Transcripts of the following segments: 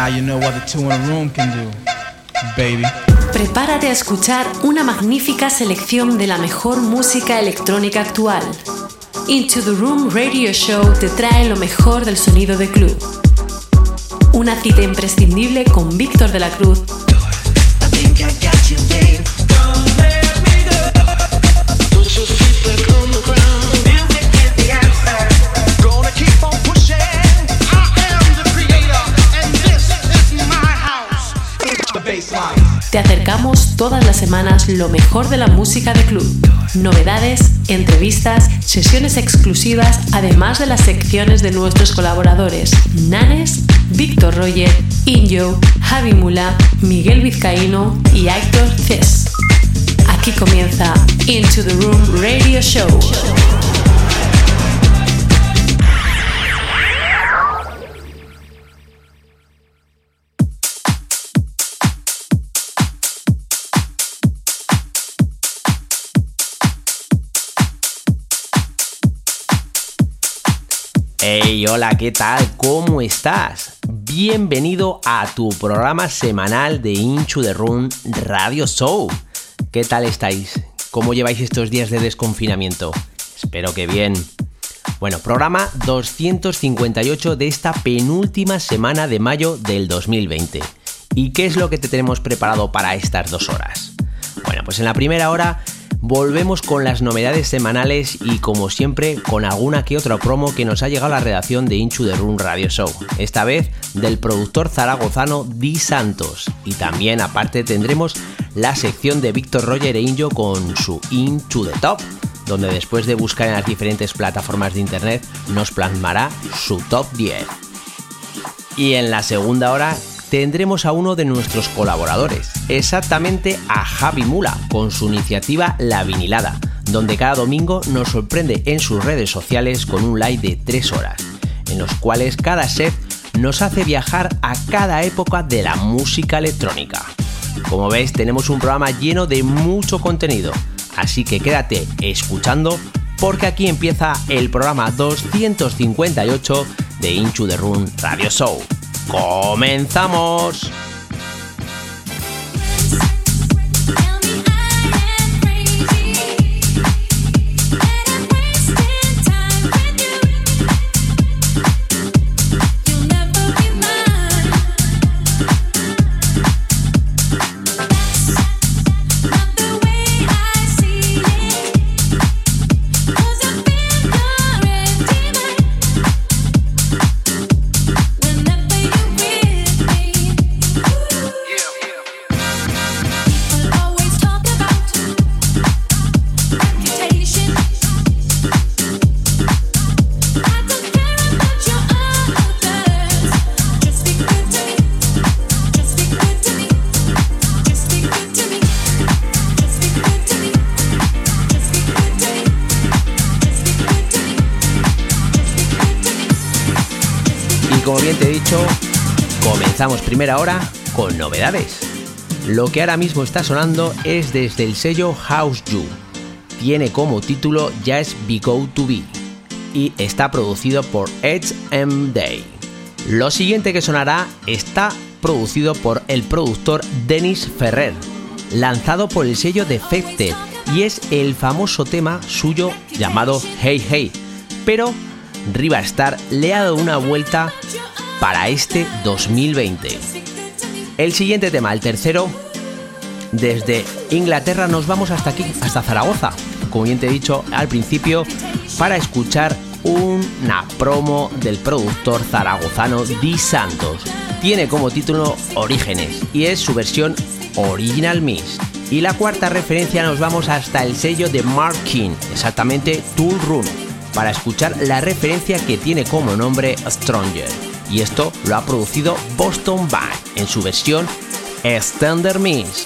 Now you know what the two in a room can do, baby. Prepárate a escuchar una magnífica selección de la mejor música electrónica actual. Into the Room Radio Show te trae lo mejor del sonido de club. Una cita imprescindible con Víctor de la Cruz. Te acercamos todas las semanas lo mejor de la música de club, novedades, entrevistas, sesiones exclusivas, además de las secciones de nuestros colaboradores Nanes, Víctor Roger, Injo, Javi Mula, Miguel Vizcaíno y Aitor Cés. Aquí comienza Into the Room Radio Show. Hey, hola, ¿qué tal? ¿Cómo estás? Bienvenido a tu programa semanal de Into the Room Radio Show. ¿Qué tal estáis? ¿Cómo lleváis estos días de desconfinamiento? Espero que bien. Bueno, programa 258 de esta penúltima semana de mayo del 2020. ¿Y qué es lo que te tenemos preparado para estas 2 horas? Bueno, pues en la primera hora volvemos con las novedades semanales y, como siempre, con alguna que otra promo que nos ha llegado a la redacción de Into the Room Radio Show. Esta vez del productor zaragozano Di Santos. Y también, aparte, tendremos la sección de Víctor Roger e Injo con su Into the Top, donde después de buscar en las diferentes plataformas de internet nos plasmará su top 10. Y en la segunda hora tendremos a uno de nuestros colaboradores, exactamente a Javi Mula, con su iniciativa La Vinilada, donde cada domingo nos sorprende en sus redes sociales con un live de 3 horas, en los cuales cada set nos hace viajar a cada época de la música electrónica. Como ves, tenemos un programa lleno de mucho contenido, así que quédate escuchando porque aquí empieza el programa 258 de Into the Room Radio Show. ¡Comenzamos! Como bien te he dicho, comenzamos primera hora con novedades. Lo que ahora mismo está sonando es desde el sello House You. Tiene como título Just Be Go To Be y está producido por Edge M. Day. Lo siguiente que sonará está producido por el productor Dennis Ferrer, lanzado por el sello Defected, y es el famoso tema suyo llamado Hey Hey, pero Riva Star le ha dado una vuelta para este 2020. El siguiente tema, el tercero, desde Inglaterra nos vamos hasta aquí, hasta Zaragoza, como bien te he dicho al principio, para escuchar una promo del productor zaragozano Di Santos. Tiene como título Orígenes y es su versión Original Mix. Y la cuarta referencia nos vamos hasta el sello de Mark King, exactamente Tool Room, para escuchar la referencia que tiene como nombre Stronger, y esto lo ha producido Boston Band en su versión Extender Mix.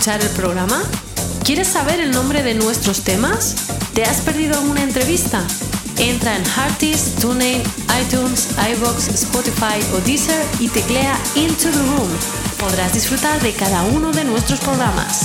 escuchar el programa? ¿Quieres saber el nombre de nuestros temas? ¿Te has perdido alguna entrevista? Entra en Heartis, TuneIn, iTunes, iVoox, Spotify o Deezer y teclea Into the Room. Podrás disfrutar de cada uno de nuestros programas.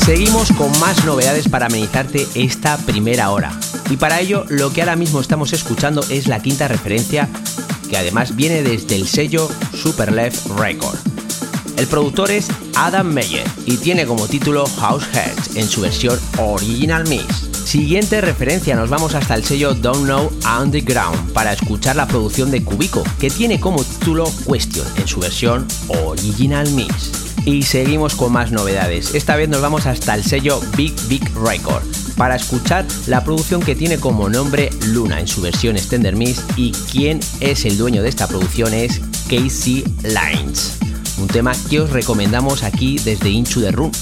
Seguimos con más novedades para amenizarte esta primera hora. Y para ello, lo que ahora mismo estamos escuchando es la quinta referencia, que además viene desde el sello Superleft Record. El productor es Adam Meyer y tiene como título Househeads en su versión Original Mix. Siguiente referencia, nos vamos hasta el sello Don't Know Underground para escuchar la producción de Cubico, que tiene como título Question en su versión Original Mix. Y seguimos con más novedades. Esta vez nos vamos hasta el sello Big Big Record para escuchar la producción que tiene como nombre Luna en su versión Extended Mix, y quien es el dueño de esta producción es Casey Lines. Un tema que os recomendamos aquí desde Into the Room.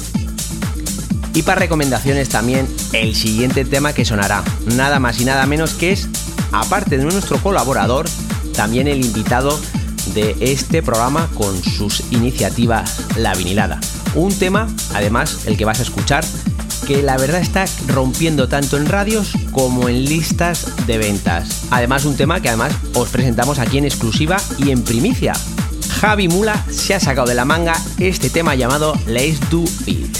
Y para recomendaciones también el siguiente tema que sonará, nada más y nada menos que es, aparte de nuestro colaborador, también el invitado de este programa con sus iniciativas La Vinilada. Un tema, además, el que vas a escuchar, que la verdad está rompiendo tanto en radios como en listas de ventas. Además, un tema que además os presentamos aquí en exclusiva y en primicia. Javi Mula se ha sacado de la manga este tema llamado Let's Do It.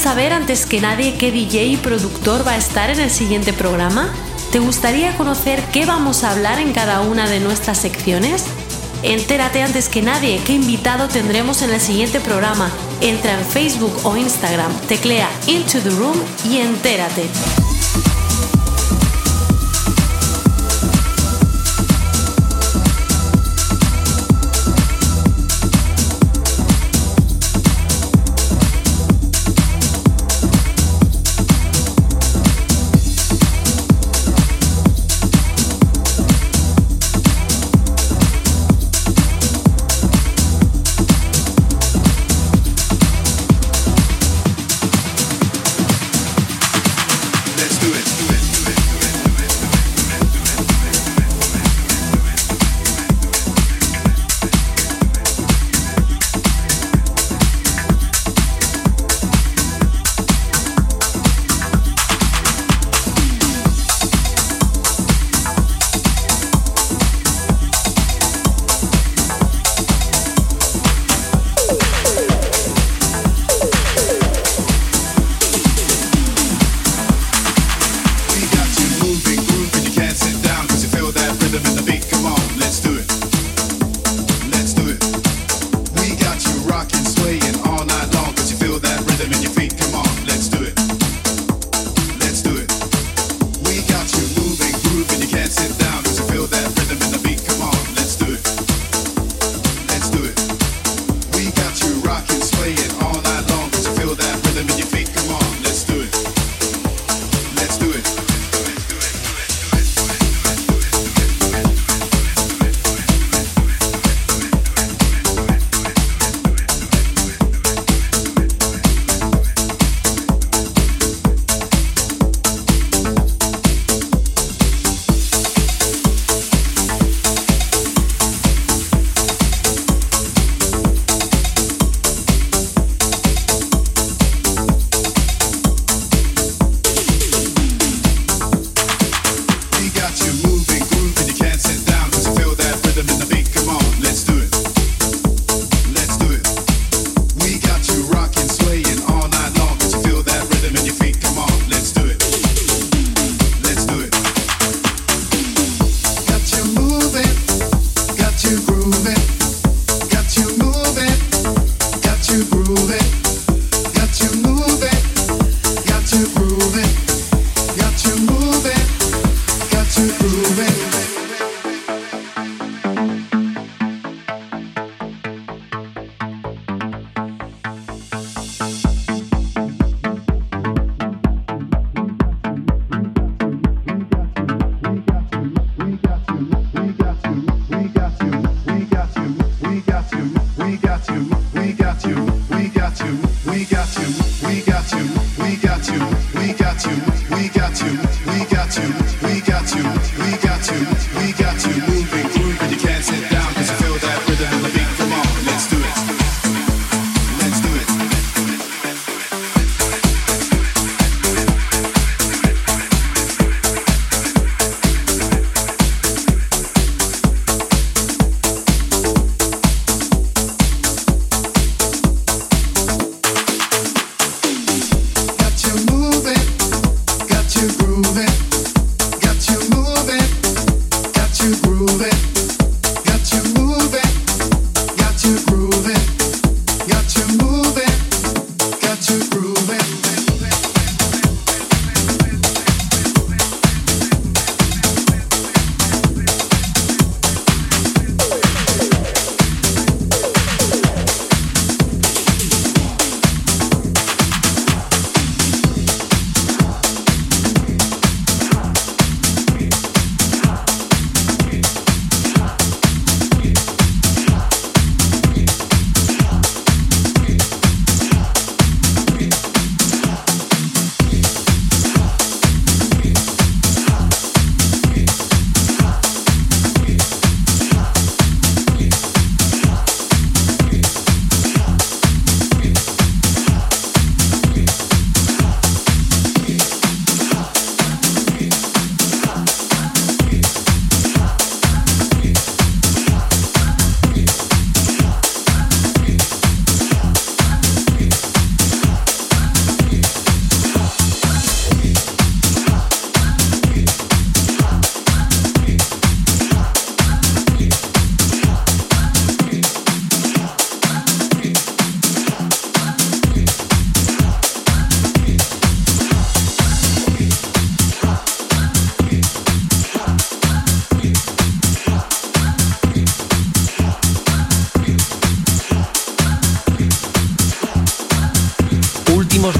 saber antes que nadie qué DJ y productor va a estar en el siguiente programa? ¿Te gustaría conocer qué vamos a hablar en cada una de nuestras secciones? Entérate antes que nadie qué invitado tendremos en el siguiente programa. Entra en Facebook o Instagram, teclea Into the Room y entérate.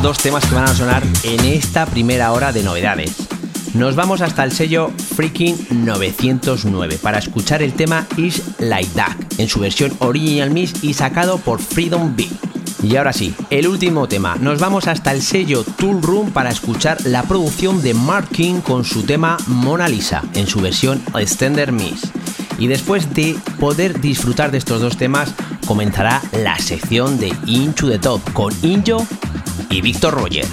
dos temas que van a sonar en esta primera hora de novedades. Nos vamos hasta el sello Freaking 909 para escuchar el tema Is Like That en su versión Original Mix y sacado por Freedom Beat. Y ahora sí, el último tema. Nos vamos hasta el sello Tool Room para escuchar la producción de Mark King con su tema Mona Lisa en su versión Extended Mix. Y después de poder disfrutar de estos dos temas, comenzará la sección de Into the Top con Injo y Victor Roger.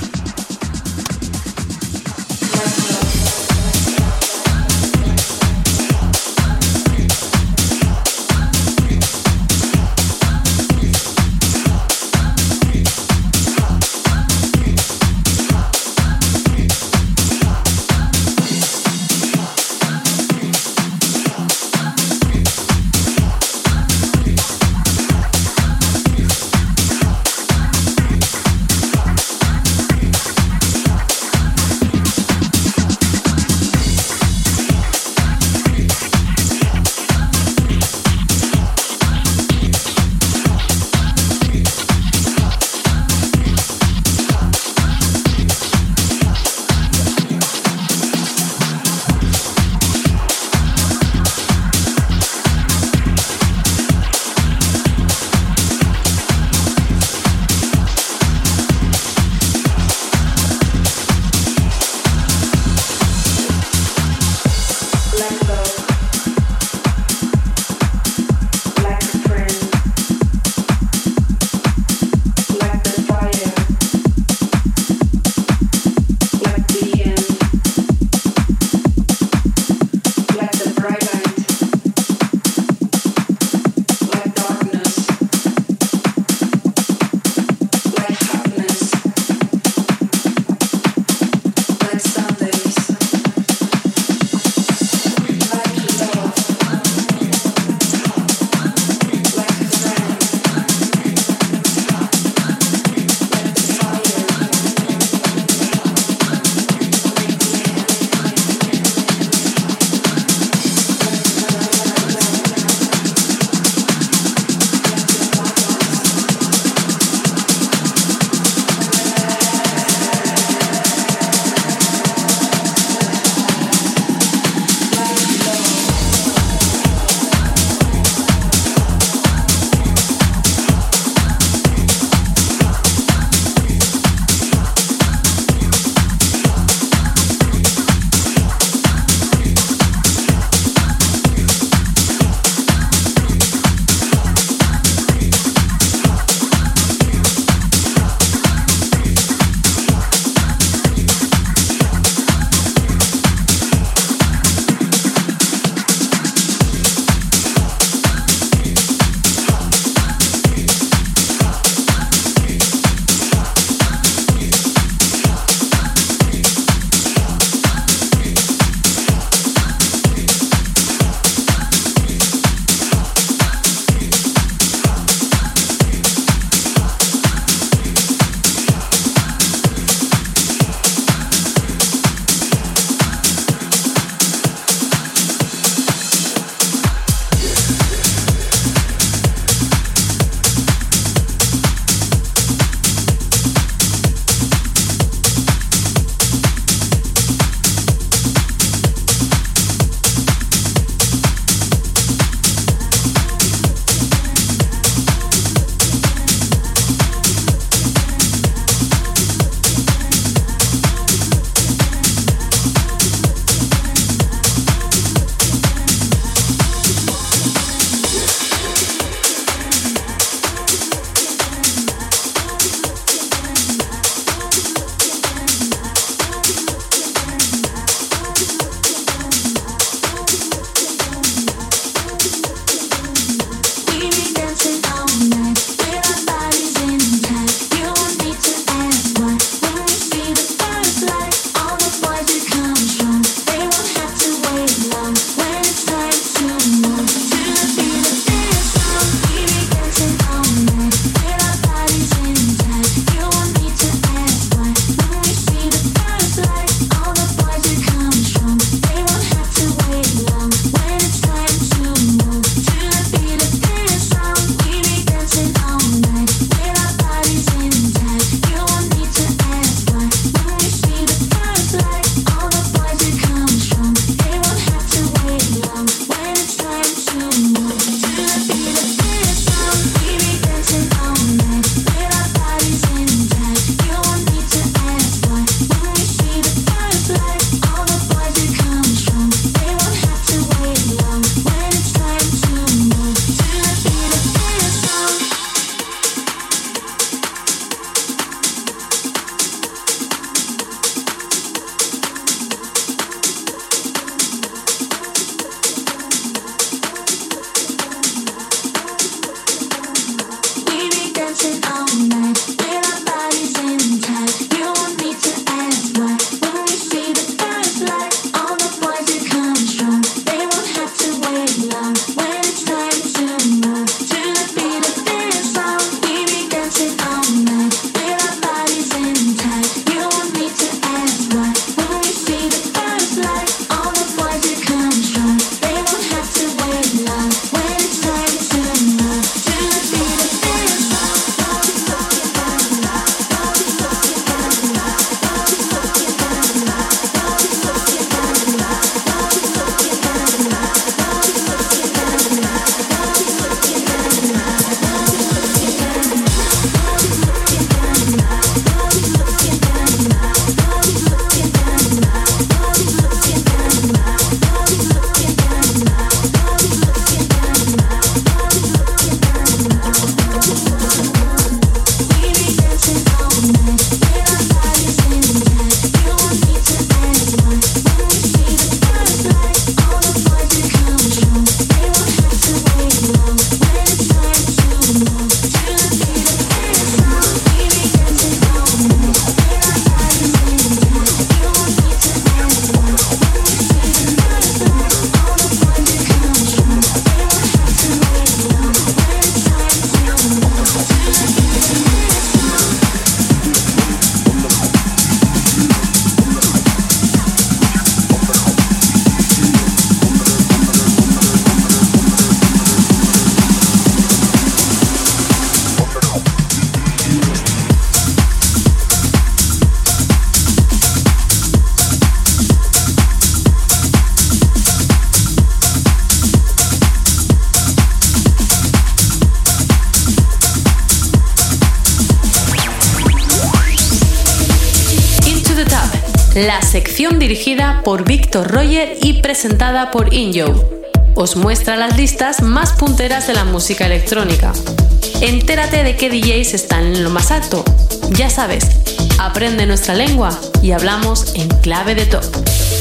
la sección dirigida por Víctor Roger y presentada por Injo. Os muestra las listas más punteras de la música electrónica. Entérate de qué DJs están en lo más alto. Ya sabes, aprende nuestra lengua y hablamos en clave de top.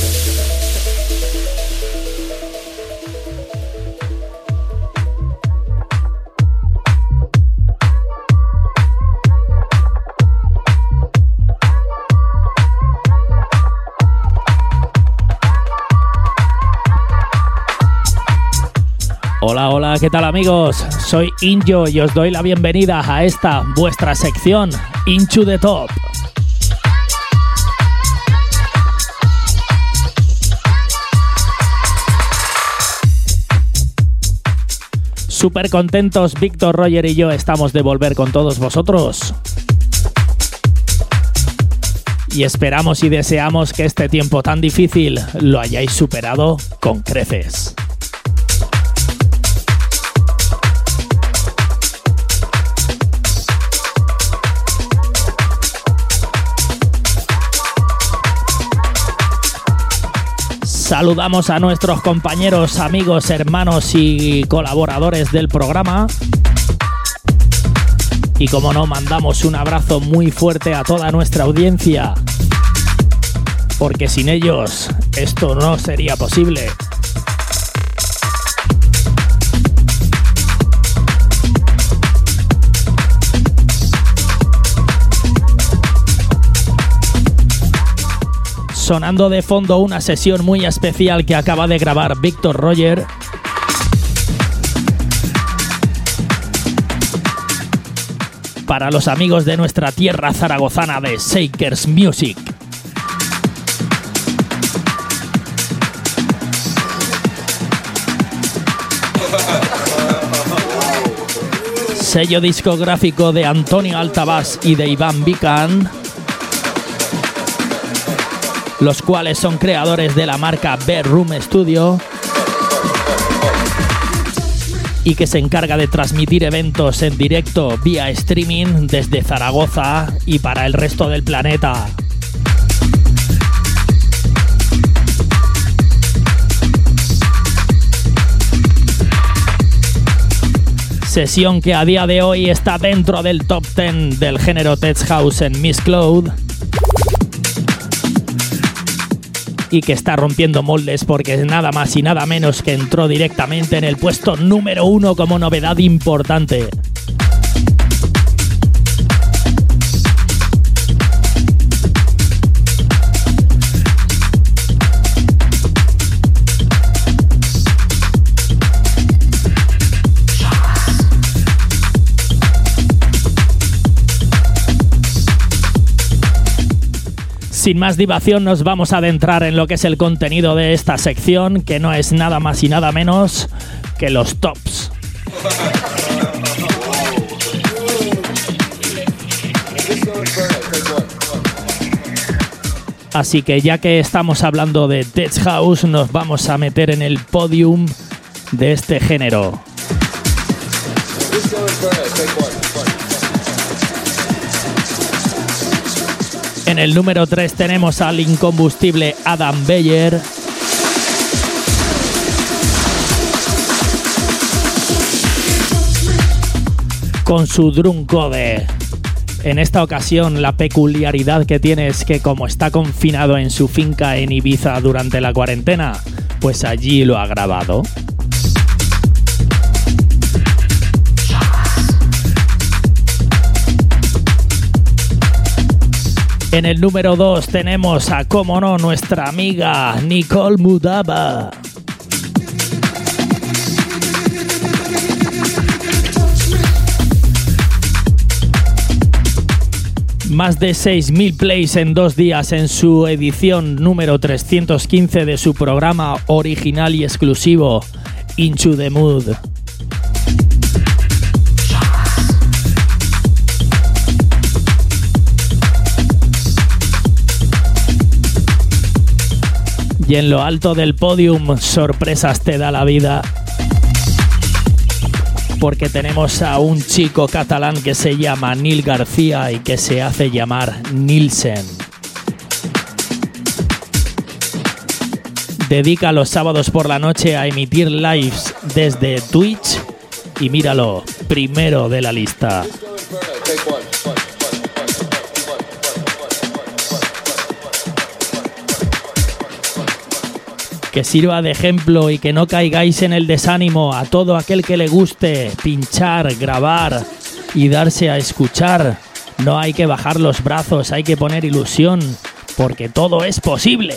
Hola, hola, ¿qué tal amigos? Soy Injo y os doy la bienvenida a esta vuestra sección Into the Top. Súper contentos, Víctor, Roger y yo estamos de volver con todos vosotros. Y esperamos y deseamos que este tiempo tan difícil lo hayáis superado con creces. Saludamos a nuestros compañeros, amigos, hermanos y colaboradores del programa. Y como no, mandamos un abrazo muy fuerte a toda nuestra audiencia. Porque sin ellos esto no sería posible. Sonando de fondo una sesión muy especial que acaba de grabar Víctor Roger. Para los amigos de nuestra tierra zaragozana de Shakers Music. Sello discográfico de Antonio Altabás y de Iván Vican, los cuales son creadores de la marca Bedroom Studio y que se encarga de transmitir eventos en directo vía streaming desde Zaragoza y para el resto del planeta. Sesión que a día de hoy está dentro del top 10 del género Tech House en Miss Cloud. Y que está rompiendo moldes porque nada más y nada menos que entró directamente en el puesto número 1 como novedad importante. Sin más divación nos vamos a adentrar en lo que es el contenido de esta sección, que no es nada más y nada menos que los tops. Así que ya que estamos hablando de Tech House, nos vamos a meter en el podium de este género. En el número 3 tenemos al incombustible Adam Beyer. Con su Drum Code. En esta ocasión la peculiaridad que tiene es que como está confinado en su finca en Ibiza durante la cuarentena, pues allí lo ha grabado. En el número 2 tenemos a, como no, nuestra amiga Nicole Mudaba. Más de 6.000 plays en 2 días en su edición número 315 de su programa original y exclusivo Into the Mood. Y en lo alto del podium, sorpresas te da la vida, porque tenemos a un chico catalán que se llama Nil García y que se hace llamar Nilsen. dedica los sábados por la noche a emitir lives desde Twitch y míralo, primero de la lista. Que sirva de ejemplo y que no caigáis en el desánimo a todo aquel que le guste pinchar, grabar y darse a escuchar. No hay que bajar los brazos, hay que poner ilusión, porque todo es posible.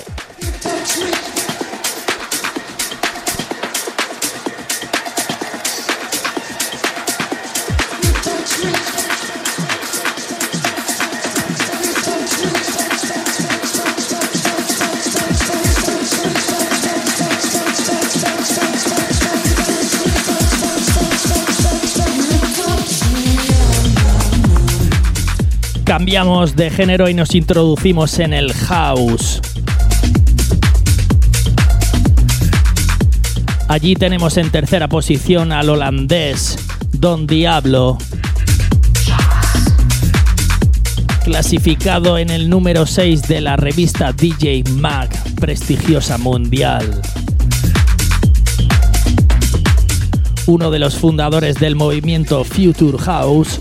Cambiamos de género y nos introducimos en el house. Allí tenemos en tercera posición al holandés Don Diablo, clasificado en el número 6 de la revista DJ Mag, prestigiosa mundial. Uno de los fundadores del movimiento Future House,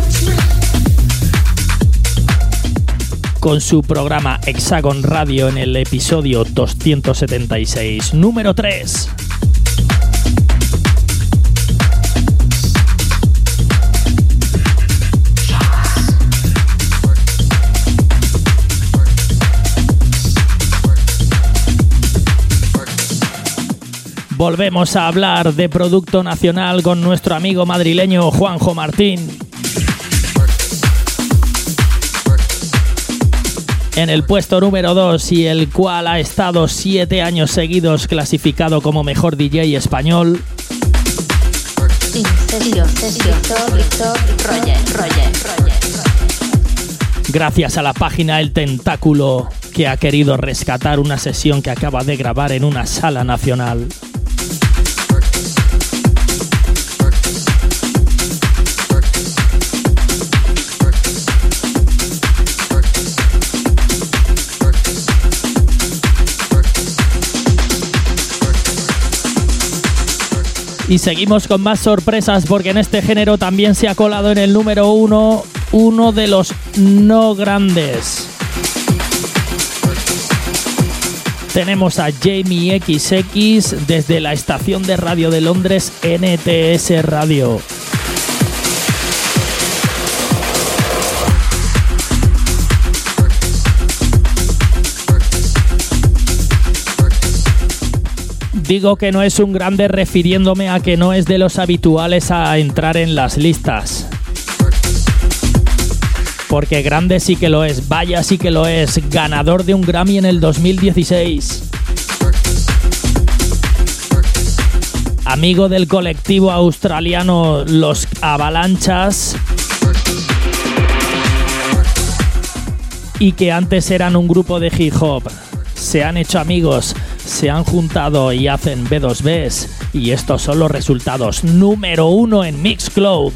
con su programa Hexagon Radio en el episodio 276, número 3. Volvemos a hablar de producto nacional con nuestro amigo madrileño Juanjo Martín. En el puesto número 2 y el cual ha estado 7 años seguidos clasificado como mejor DJ español. Gracias a la página El Tentáculo, que ha querido rescatar una sesión que acaba de grabar en una sala nacional. Y seguimos con más sorpresas porque en este género también se ha colado en el número 1 uno de los no grandes. Tenemos a Jamie XX desde la estación de radio de Londres NTS Radio. Digo que no es un grande refiriéndome a que no es de los habituales a entrar en las listas. Porque grande sí que lo es, vaya sí que lo es, ganador de un Grammy en el 2016. Amigo del colectivo australiano Los Avalanchas. Y que antes eran un grupo de hip hop. Se han hecho amigos, se han juntado y hacen B2Bs. Y estos son los resultados. Número 1 en Mixcloud.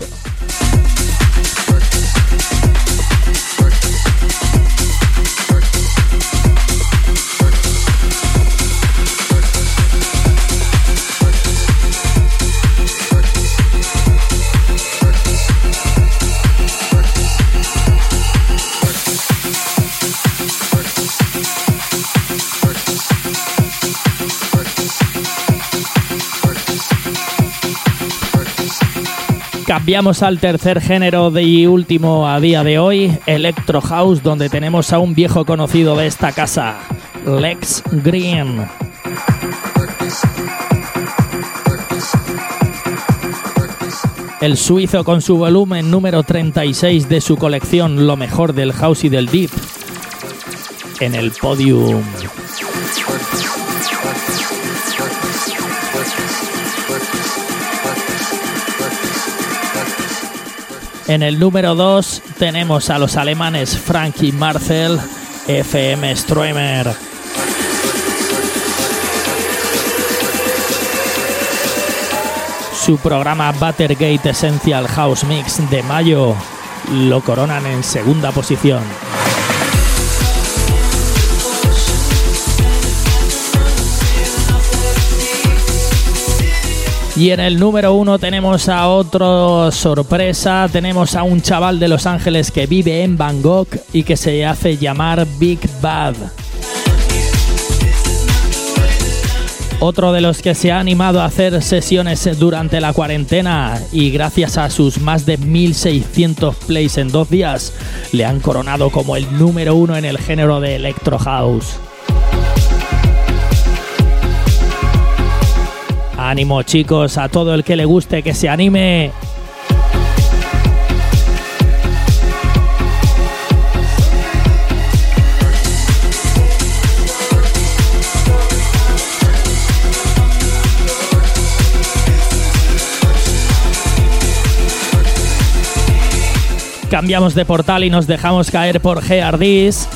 Cambiamos al tercer género y último a día de hoy, Electro House, donde tenemos a un viejo conocido de esta casa, Lex Green. El suizo con su volumen número 36 de su colección Lo mejor del house y del deep en el podium. En el número 2 tenemos a los alemanes Frankie Marcel, FM Stromer. Su programa Buttergate Essential House Mix de mayo lo coronan en segunda posición. Y en el número 1 tenemos a otra sorpresa, tenemos a un chaval de Los Ángeles que vive en Bangkok y que se hace llamar Big Bad. Otro de los que se ha animado a hacer sesiones durante la cuarentena y gracias a sus más de 1600 plays en 2 días, le han coronado como el número 1 en el género de Electro House. Ánimo, chicos, a todo el que le guste que se anime. Cambiamos de portal y nos dejamos caer por Geardis.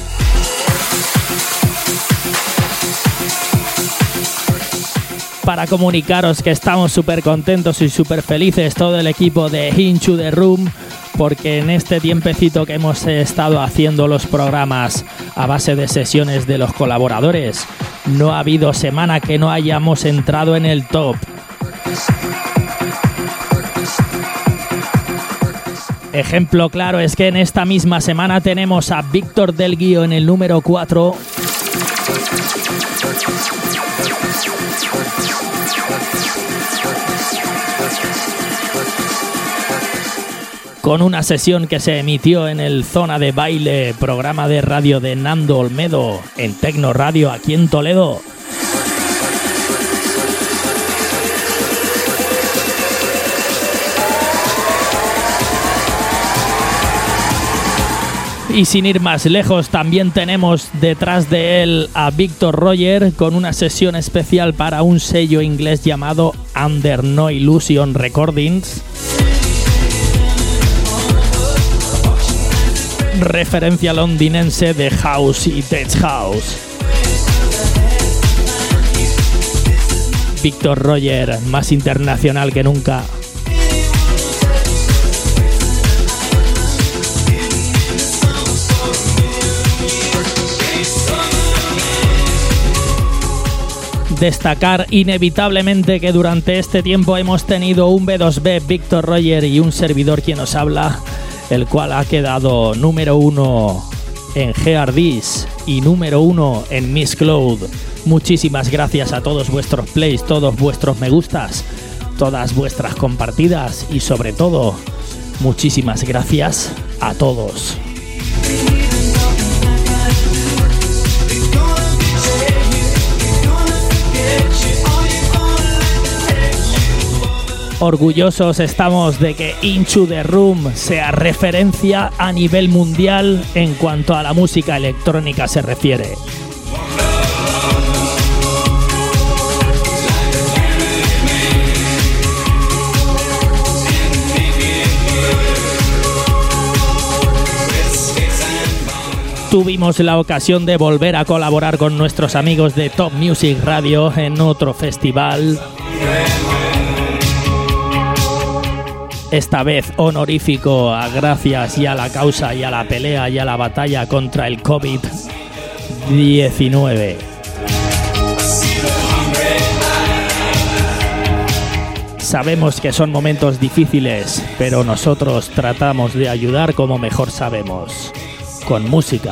Para comunicaros que estamos súper contentos y súper felices todo el equipo de Into the Room, porque en este tiempecito que hemos estado haciendo los programas a base de sesiones de los colaboradores, no ha habido semana que no hayamos entrado en el top. Ejemplo claro es que en esta misma semana tenemos a Víctor del Guío en el número 4. Con una sesión que se emitió en el Zona de Baile, programa de radio de Nando Olmedo, en Tecno Radio aquí en Toledo. Y sin ir más lejos, también tenemos detrás de él a Victor Roger con una sesión especial para un sello inglés llamado Under No Illusion Recordings. Referencia londinense de House y Tech House. Victor Roger, más internacional que nunca. Destacar inevitablemente que durante este tiempo hemos tenido un B2B, Victor Roger y un servidor quien os habla, el cual ha quedado número 1 en Geardis y número 1 en Miss Cloud. Muchísimas gracias a todos vuestros plays, todos vuestros me gustas, todas vuestras compartidas y sobre todo, muchísimas gracias a todos. Orgullosos estamos de que Into the Room sea referencia a nivel mundial en cuanto a la música electrónica se refiere. Tuvimos la ocasión de volver a colaborar con nuestros amigos de Top Music Radio en otro festival. Esta vez honorífico a gracias y a la causa y a la pelea y a la batalla contra el COVID-19. Sabemos que son momentos difíciles, pero nosotros tratamos de ayudar como mejor sabemos, con música.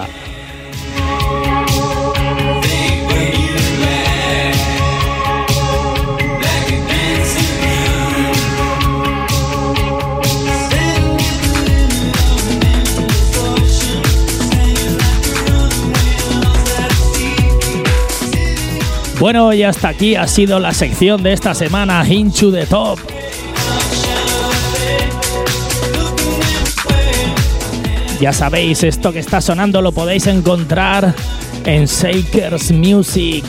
Bueno, y hasta aquí ha sido la sección de esta semana, Into the Top. Ya sabéis, esto que está sonando lo podéis encontrar en Shakers Music.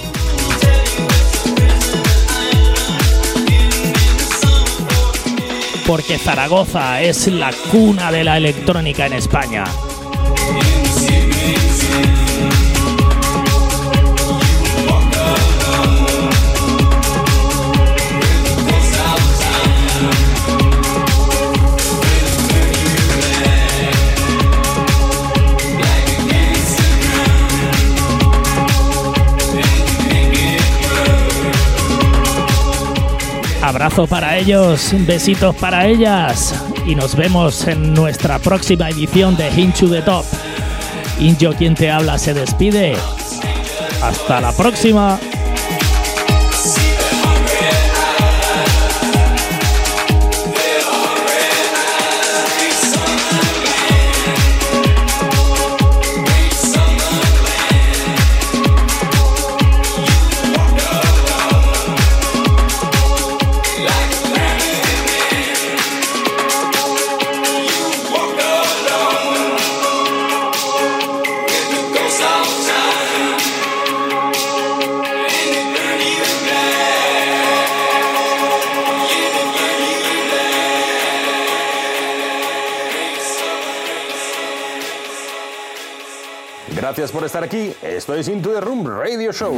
Porque Zaragoza es la cuna de la electrónica en España. Abrazo para ellos, besitos para ellas y nos vemos en nuestra próxima edición de Into the Top. Injo, quien te habla, se despide. Hasta la próxima. Gracias por estar aquí. Esto es Into the Room Radio Show.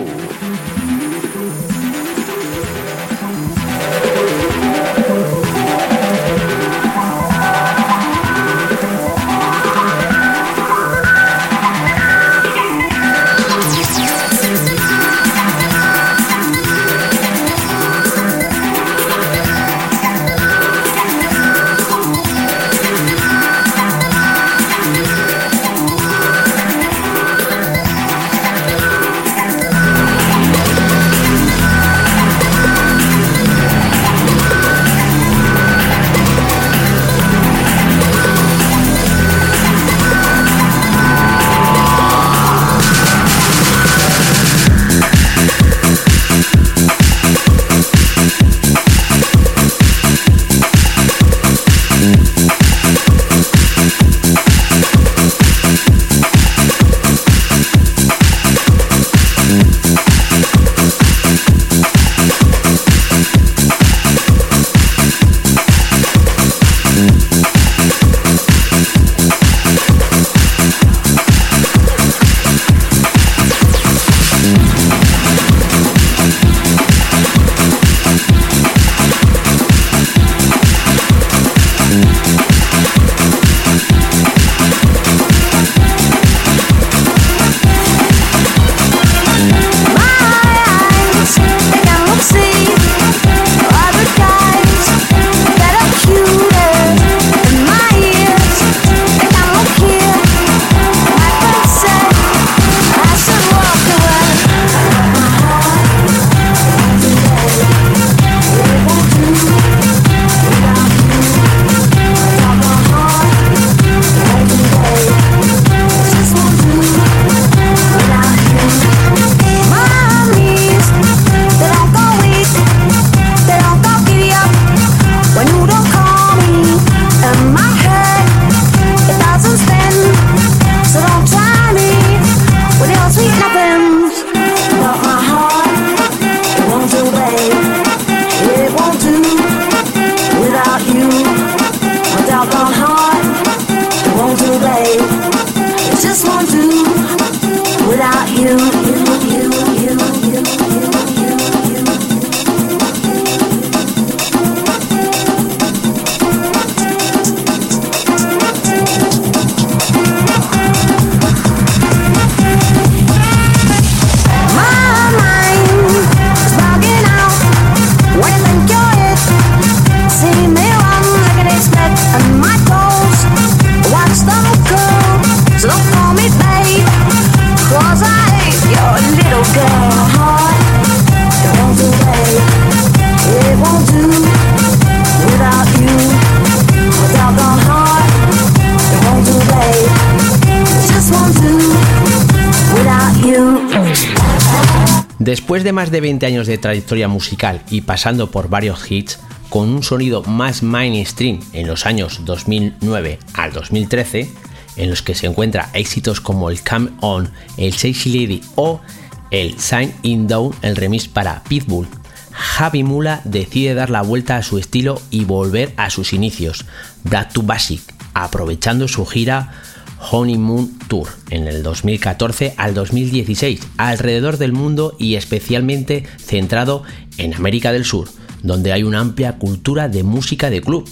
Después de más de 20 años de trayectoria musical y pasando por varios hits, con un sonido más mainstream en los años 2009 al 2013, en los que se encuentra éxitos como el Come On, el Sexy Lady o el Sign In Down, el remix para Pitbull, Javi Mula decide dar la vuelta a su estilo y volver a sus inicios, Back to Basic, aprovechando su gira Honeymoon Tour en el 2014 al 2016 alrededor del mundo y especialmente centrado en América del Sur, donde hay una amplia cultura de música de club.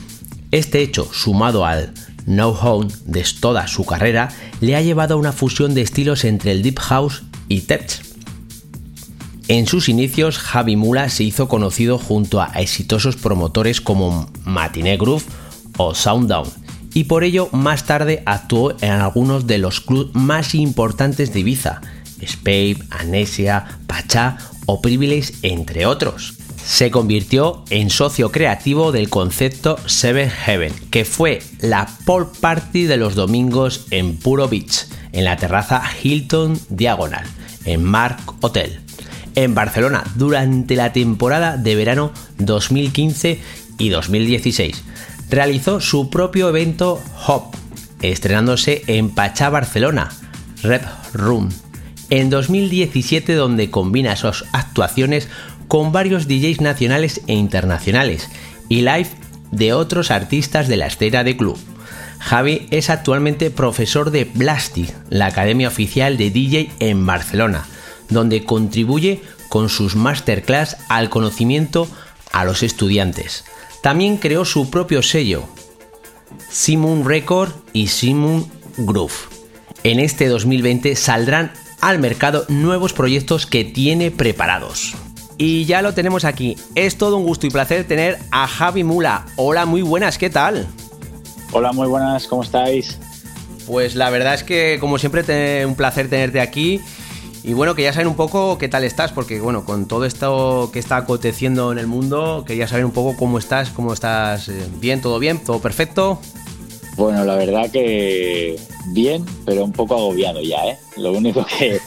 Este hecho, sumado al know-how de toda su carrera, le ha llevado a una fusión de estilos entre el Deep House y Tech. En sus inicios, Javi Mula se hizo conocido junto a exitosos promotores como Matinee Groove o Sounddown, y por ello más tarde actuó en algunos de los clubs más importantes de Ibiza, Space, Amnesia, Pachá o Privilege, entre otros. Se convirtió en socio creativo del concepto Seven Heaven, que fue la pool party de los domingos en Puro Beach, en la terraza Hilton Diagonal, en Mark Hotel, en Barcelona, durante la temporada de verano 2015 y 2016. Realizó su propio evento Hop, estrenándose en Pachá, Barcelona, Red Room, en 2017, donde combina sus actuaciones con varios DJs nacionales e internacionales y live de otros artistas de la escena de club. Javi es actualmente profesor de Blastic, la academia oficial de DJ en Barcelona, donde contribuye con sus masterclass al conocimiento a los estudiantes. También creó su propio sello, Simon Record y Simon Groove. En este 2020 saldrán al mercado nuevos proyectos que tiene preparados. Y ya lo tenemos aquí. Es todo un gusto y placer tener a Javi Mula. Hola, muy buenas, ¿qué tal? Hola, muy buenas, ¿cómo estáis? Pues la verdad es que, como siempre, un placer tenerte aquí. Y bueno, quería saber un poco qué tal estás, porque bueno, con todo esto que está aconteciendo en el mundo, quería saber un poco cómo estás, bien, todo perfecto. Bueno, la verdad que bien, pero un poco agobiado ya, ¿eh? Lo único que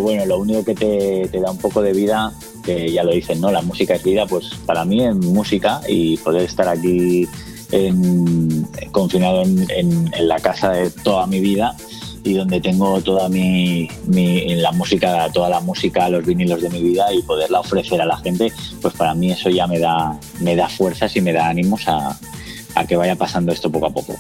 te da un poco de vida, que ya lo dicen, ¿no? La música es vida, pues para mí es música, y poder estar aquí confinado en la casa de toda mi vida, y donde tengo toda la música, los vinilos de mi vida, y poderla ofrecer a la gente, pues para mí eso ya me da fuerzas y me da ánimos a que vaya pasando esto poco a poco.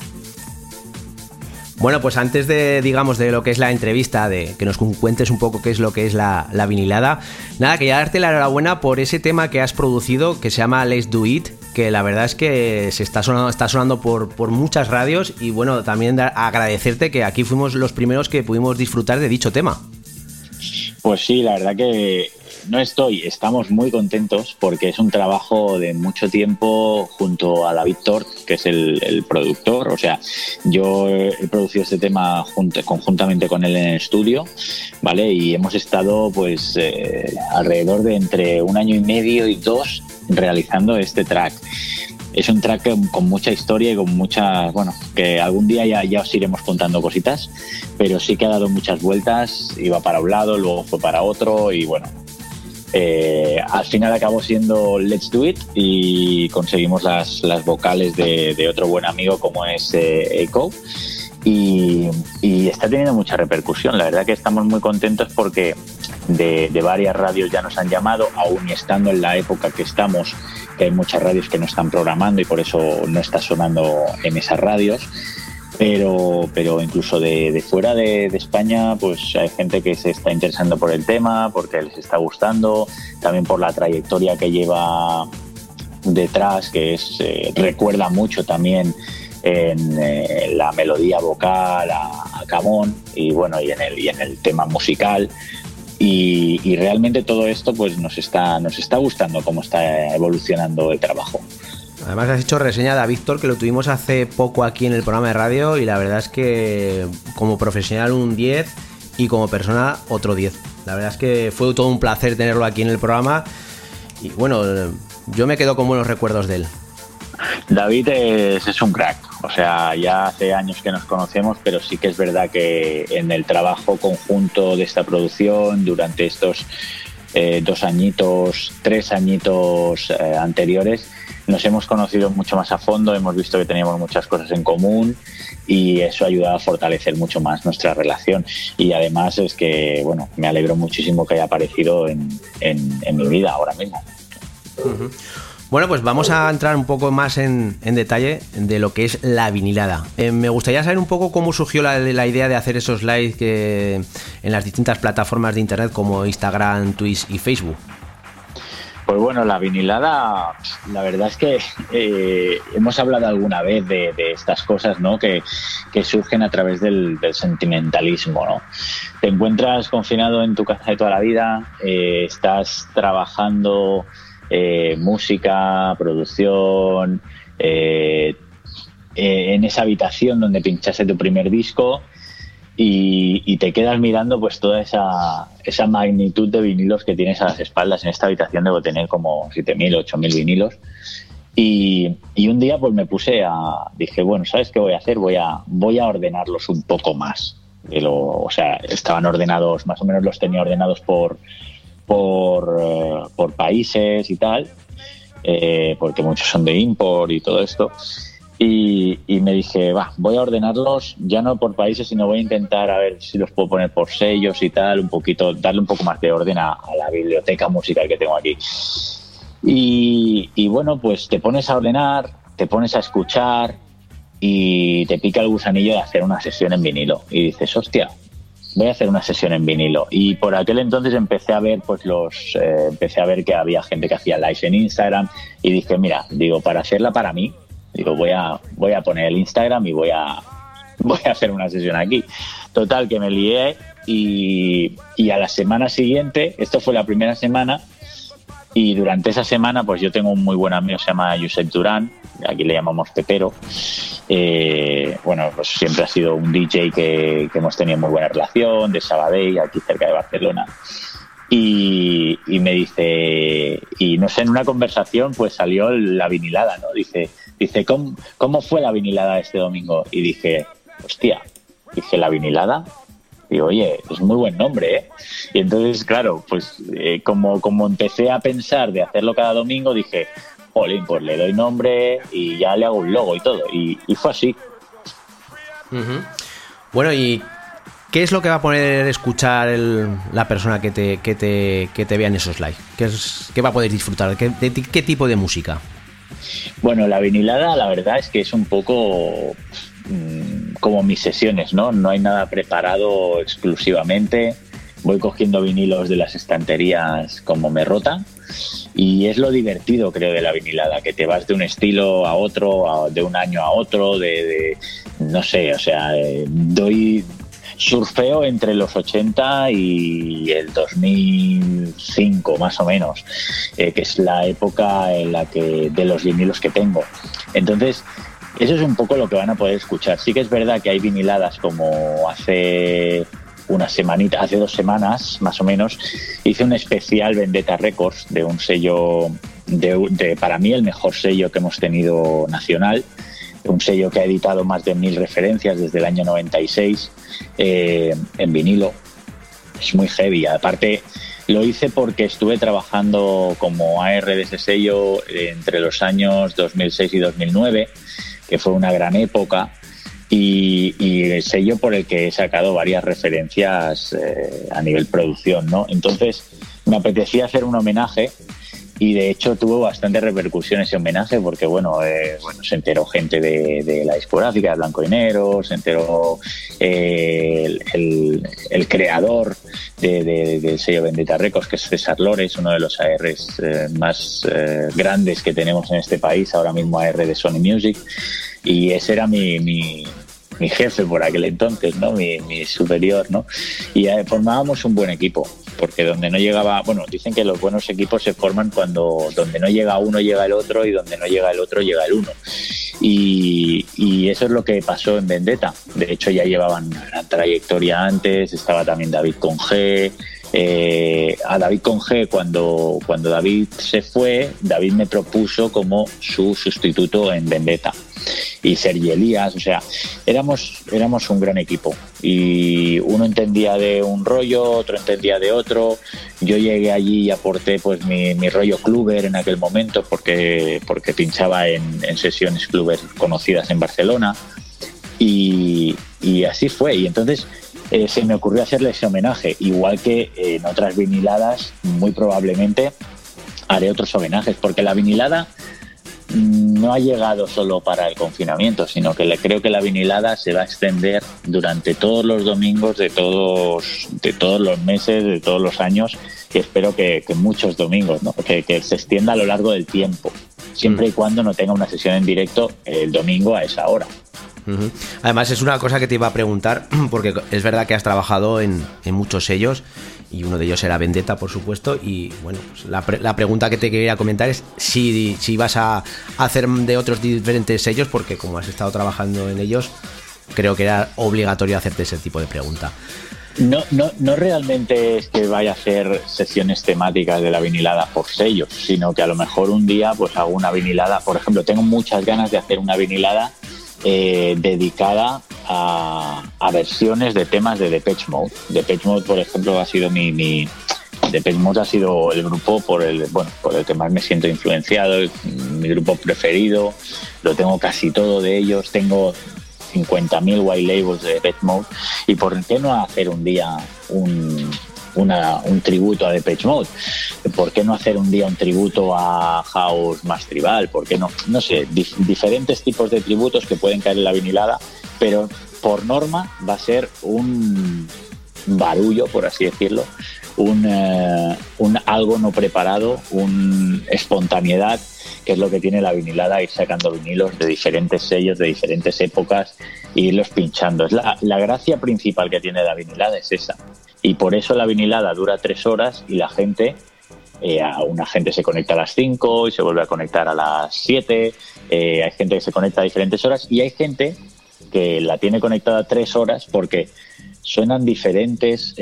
Bueno, pues antes de lo que es la entrevista, de que nos cuentes un poco qué es lo que es la vinilada, nada, quería darte la enhorabuena por ese tema que has producido, que se llama Let's Do It, que la verdad es que está sonando por muchas radios, y bueno, también agradecerte que aquí fuimos los primeros que pudimos disfrutar de dicho tema. Pues sí, la verdad que estamos muy contentos, porque es un trabajo de mucho tiempo junto a David Tort, que es el productor. O sea, yo he producido este tema conjuntamente con él en el estudio, ¿vale? Y hemos estado pues alrededor de entre 1 año y medio y 2 realizando este track. Es un track con mucha historia y con muchas, bueno, que algún día ya os iremos contando cositas, pero sí que ha dado muchas vueltas, iba para un lado, luego fue para otro, y bueno, al final acabó siendo Let's Do It, y conseguimos las vocales de otro buen amigo como es Echo, y está teniendo mucha repercusión. La verdad que estamos muy contentos, porque de varias radios ya nos han llamado, aún estando en la época que estamos, que hay muchas radios que no están programando y por eso no está sonando en esas radios. Pero incluso de fuera de España, pues hay gente que se está interesando por el tema, porque les está gustando, también por la trayectoria que lleva detrás, que recuerda mucho también en la melodía vocal a Camón, y bueno, y en el tema musical. Y realmente todo esto pues nos está gustando cómo está evolucionando el trabajo. Además has hecho reseña de Víctor, que lo tuvimos hace poco aquí en el programa de radio, y la verdad es que como profesional un 10 y como persona otro 10. La verdad es que fue todo un placer tenerlo aquí en el programa, y bueno, yo me quedo con buenos recuerdos de él. David es un crack, o sea, ya hace años que nos conocemos, pero sí que es verdad que en el trabajo conjunto de esta producción durante estos 2 añitos, 3 añitos anteriores, nos hemos conocido mucho más a fondo, hemos visto que teníamos muchas cosas en común, y eso ha ayudado a fortalecer mucho más nuestra relación. Y además es que, bueno, me alegro muchísimo que haya aparecido en mi vida ahora mismo. Uh-huh. Bueno, pues vamos a entrar un poco más en detalle de lo que es la vinilada. Me gustaría saber un poco cómo surgió la idea de hacer esos lives en las distintas plataformas de internet como Instagram, Twitch y Facebook. Pues bueno, la vinilada, la verdad es que hemos hablado alguna vez de estas cosas, ¿no? Que surgen a través del sentimentalismo, ¿no? Te encuentras confinado en tu casa de toda la vida, estás trabajando música, producción, en esa habitación donde pinchaste tu primer disco. Y te quedas mirando pues toda esa magnitud de vinilos que tienes a las espaldas. En esta habitación debo tener como 7.000, 8.000 vinilos. Y un día pues dije, bueno, ¿sabes qué voy a hacer? Voy a ordenarlos un poco más. O sea, estaban ordenados, más o menos los tenía ordenados por países y tal, porque muchos son de import y todo esto. Y me dije, voy a ordenarlos ya no por países, sino voy a intentar a ver si los puedo poner por sellos y tal, darle un poco más de orden a la biblioteca musical que tengo aquí. Y bueno, pues te pones a ordenar, te pones a escuchar y te pica el gusanillo de hacer una sesión en vinilo. Y dices, hostia, voy a hacer una sesión en vinilo. Y por aquel entonces empecé a ver que había gente que hacía lives en Instagram y dije, mira, para hacerla para mí, voy a poner el Instagram y voy a hacer una sesión aquí. Total, que me lié y a la semana siguiente, esto fue la primera semana, y durante esa semana pues yo tengo un muy buen amigo, se llama Josep Durán, aquí le llamamos Pepero. Bueno, pues siempre ha sido un DJ que hemos tenido muy buena relación, de Sabadell, aquí cerca de Barcelona. Y me dice, y no sé, en una conversación pues salió la vinilada, ¿no? Dice, ¿cómo fue la vinilada este domingo? Y dije, hostia, ¿la vinilada? Digo, oye, es muy buen nombre, ¿eh? Y entonces, claro, pues como empecé a pensar de hacerlo cada domingo, dije, jolín, pues le doy nombre y ya le hago un logo y todo. Y fue así. Uh-huh. Bueno, y ¿qué es lo que va a poder escuchar la persona que te vea en esos live? ¿Qué va a poder disfrutar? ¿Qué tipo de música? Bueno, la vinilada, la verdad es que es un poco como mis sesiones, ¿no? No hay nada preparado exclusivamente. Voy cogiendo vinilos de las estanterías como me rota. Y es lo divertido, creo, de la vinilada, que te vas de un estilo a otro, de un año a otro, no sé, o sea, surfeo entre los 80 y el 2005 más o menos, que es la época en la de los vinilos que tengo. Entonces, eso es un poco lo que van a poder escuchar. Sí que es verdad que hay viniladas como hace 2 semanas más o menos, hice un especial Vendetta Records de un sello, de para mí el mejor sello que hemos tenido nacional, un sello que ha editado más de 1000 referencias desde el año 96 en vinilo. Es muy heavy. Aparte, lo hice porque estuve trabajando como AR de ese sello entre los años 2006 y 2009, que fue una gran época, y el sello por el que he sacado varias referencias a nivel producción, ¿no? Entonces me apetecía hacer un homenaje. Y de hecho tuvo bastante repercusión ese homenaje porque, se enteró gente de la discográfica de Blanco y Negro, se enteró el creador del sello Vendetta Records, que es César Lores, uno de los ARs más grandes que tenemos en este país, ahora mismo AR de Sony Music. Y ese era mi jefe por aquel entonces, ¿no? Mi superior, ¿no? Y formábamos un buen equipo, porque donde no llegaba, dicen que los buenos equipos se forman cuando donde no llega uno llega el otro y donde no llega el otro llega el uno. Y eso es lo que pasó en Vendetta. De hecho ya llevaban una gran trayectoria antes, estaba también David Congé. A David Congé, cuando David se fue, David me propuso como su sustituto en Vendetta. Y Sergi Elías, o sea, éramos un gran equipo y uno entendía de un rollo, otro entendía de otro. Yo llegué allí y aporté pues mi rollo clubber en aquel momento porque pinchaba en sesiones clubber conocidas en Barcelona y así fue. Y entonces se me ocurrió hacerle ese homenaje, igual que en otras viniladas muy probablemente haré otros homenajes, porque la vinilada no ha llegado solo para el confinamiento, sino que creo que la vinilada se va a extender durante todos los domingos de todos los meses, de todos los años, y espero que muchos domingos, ¿no? Que se extienda a lo largo del tiempo, siempre y cuando no tenga una sesión en directo el domingo a esa hora. Uh-huh. Además es una cosa que te iba a preguntar, porque es verdad que has trabajado en muchos sellos y uno de ellos era Vendetta, por supuesto, y bueno, pues la pregunta que te quería comentar es si vas a hacer de otros diferentes sellos, porque como has estado trabajando en ellos, creo que era obligatorio hacerte ese tipo de pregunta. No realmente es que vaya a hacer sesiones temáticas de la vinilada por sellos, sino que a lo mejor un día pues hago una vinilada. Por ejemplo, tengo muchas ganas de hacer una vinilada dedicada a versiones de temas de Depeche Mode. Depeche Mode, por ejemplo, ha sido Depeche Mode ha sido el grupo por el que más me siento influenciado, mi grupo preferido. Lo tengo casi todo de ellos. Tengo 50.000 white labels de Depeche Mode. ¿Y por qué no hacer un día un tributo a Depeche Mode? ¿Por qué no hacer un día un tributo a House más tribal? ¿Por qué no? No sé, diferentes tipos de tributos que pueden caer en la vinilada, pero por norma va a ser un barullo, por así decirlo, un algo no preparado, una espontaneidad, que es lo que tiene la vinilada, ir sacando vinilos de diferentes sellos, de diferentes épocas e irlos pinchando. Es la gracia principal que tiene la vinilada, es esa. Y por eso la vinilada dura 3 horas y la gente, una gente se conecta a las 5 y se vuelve a conectar a las 7, hay gente que se conecta a diferentes horas y hay gente que la tiene conectada 3 horas porque suenan diferentes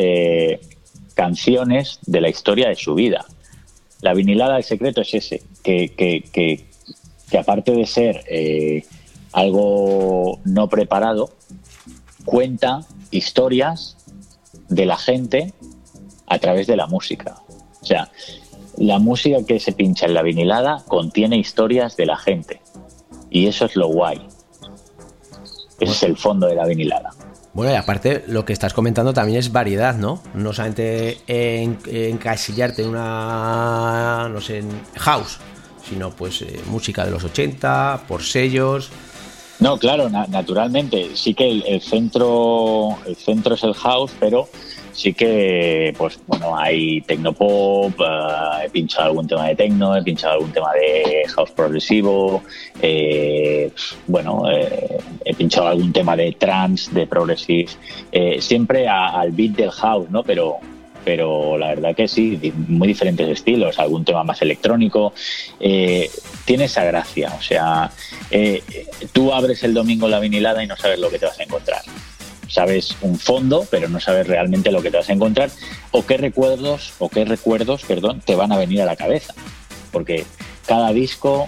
canciones de la historia de su vida. La vinilada, el secreto es ese, que aparte de ser algo no preparado, cuenta historias de la gente a través de la música. O sea, la música que se pincha en la vinilada contiene historias de la gente y eso es lo guay. Ese es el fondo de la vinilada. Bueno, y aparte lo que estás comentando también es variedad, ¿no? No solamente encasillarte en una, no sé, en house, sino pues música de los 80, por sellos. No, claro, naturalmente. Sí que el centro es el house, pero sí que, pues bueno, hay tecnopop, he pinchado algún tema de techno, he pinchado algún tema de house progresivo, he pinchado algún tema de trance, de progressive, siempre al beat del house, ¿no? Pero la verdad que sí, muy diferentes estilos, algún tema más electrónico, tiene esa gracia, o sea, tú abres el domingo la vinilada y no sabes lo que te vas a encontrar. Sabes un fondo, pero no sabes realmente lo que te vas a encontrar o qué recuerdos, te van a venir a la cabeza, porque cada disco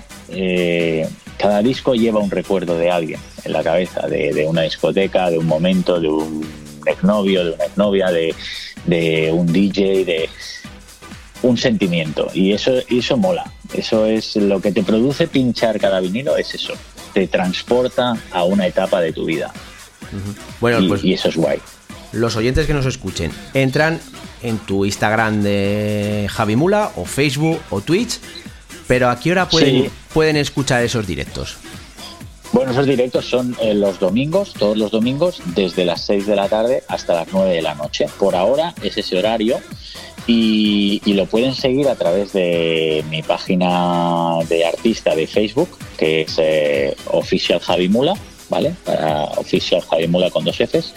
lleva un recuerdo de alguien en la cabeza, de una discoteca, de un momento, de un exnovio, de una exnovia, de un DJ, de un sentimiento, y eso mola. Eso es lo que te produce pinchar cada vinilo, es eso, te transporta a una etapa de tu vida. Bueno, y eso es guay. Los oyentes que nos escuchen entran en tu Instagram de Javi Mula o Facebook o Twitch, pero ¿a qué hora pueden escuchar esos directos? Bueno, esos directos son los domingos, todos los domingos, desde las 6 de la tarde hasta las 9 de la noche. Por ahora es ese horario y lo pueden seguir a través de mi página de artista de Facebook, que es Official Javi Mula, ¿vale? Para Official Javi Mula con 2 Fs.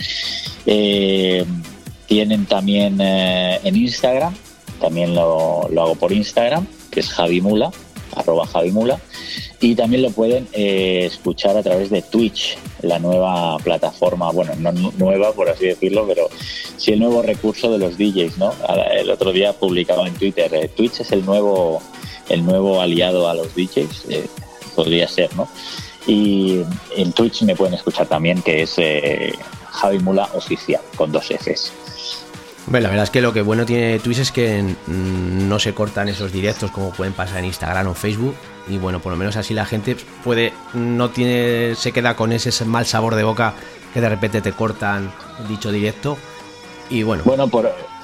Tienen también en Instagram, también lo hago por Instagram, que es Javi Mula, @JaviMula, y también lo pueden escuchar a través de Twitch, la nueva plataforma, bueno, no nueva por así decirlo, pero sí el nuevo recurso de los DJs, ¿no? El otro día publicaba en Twitter, Twitch es el nuevo aliado a los DJs, podría ser, ¿no? Y en Twitch me pueden escuchar también, que es Javi Mula Oficial, con 2 Fs. Bueno, la verdad es que lo que bueno tiene Twitch es que no se cortan esos directos como pueden pasar en Instagram o Facebook, y bueno, por lo menos así la gente se queda con ese mal sabor de boca que de repente te cortan dicho directo. Y bueno, por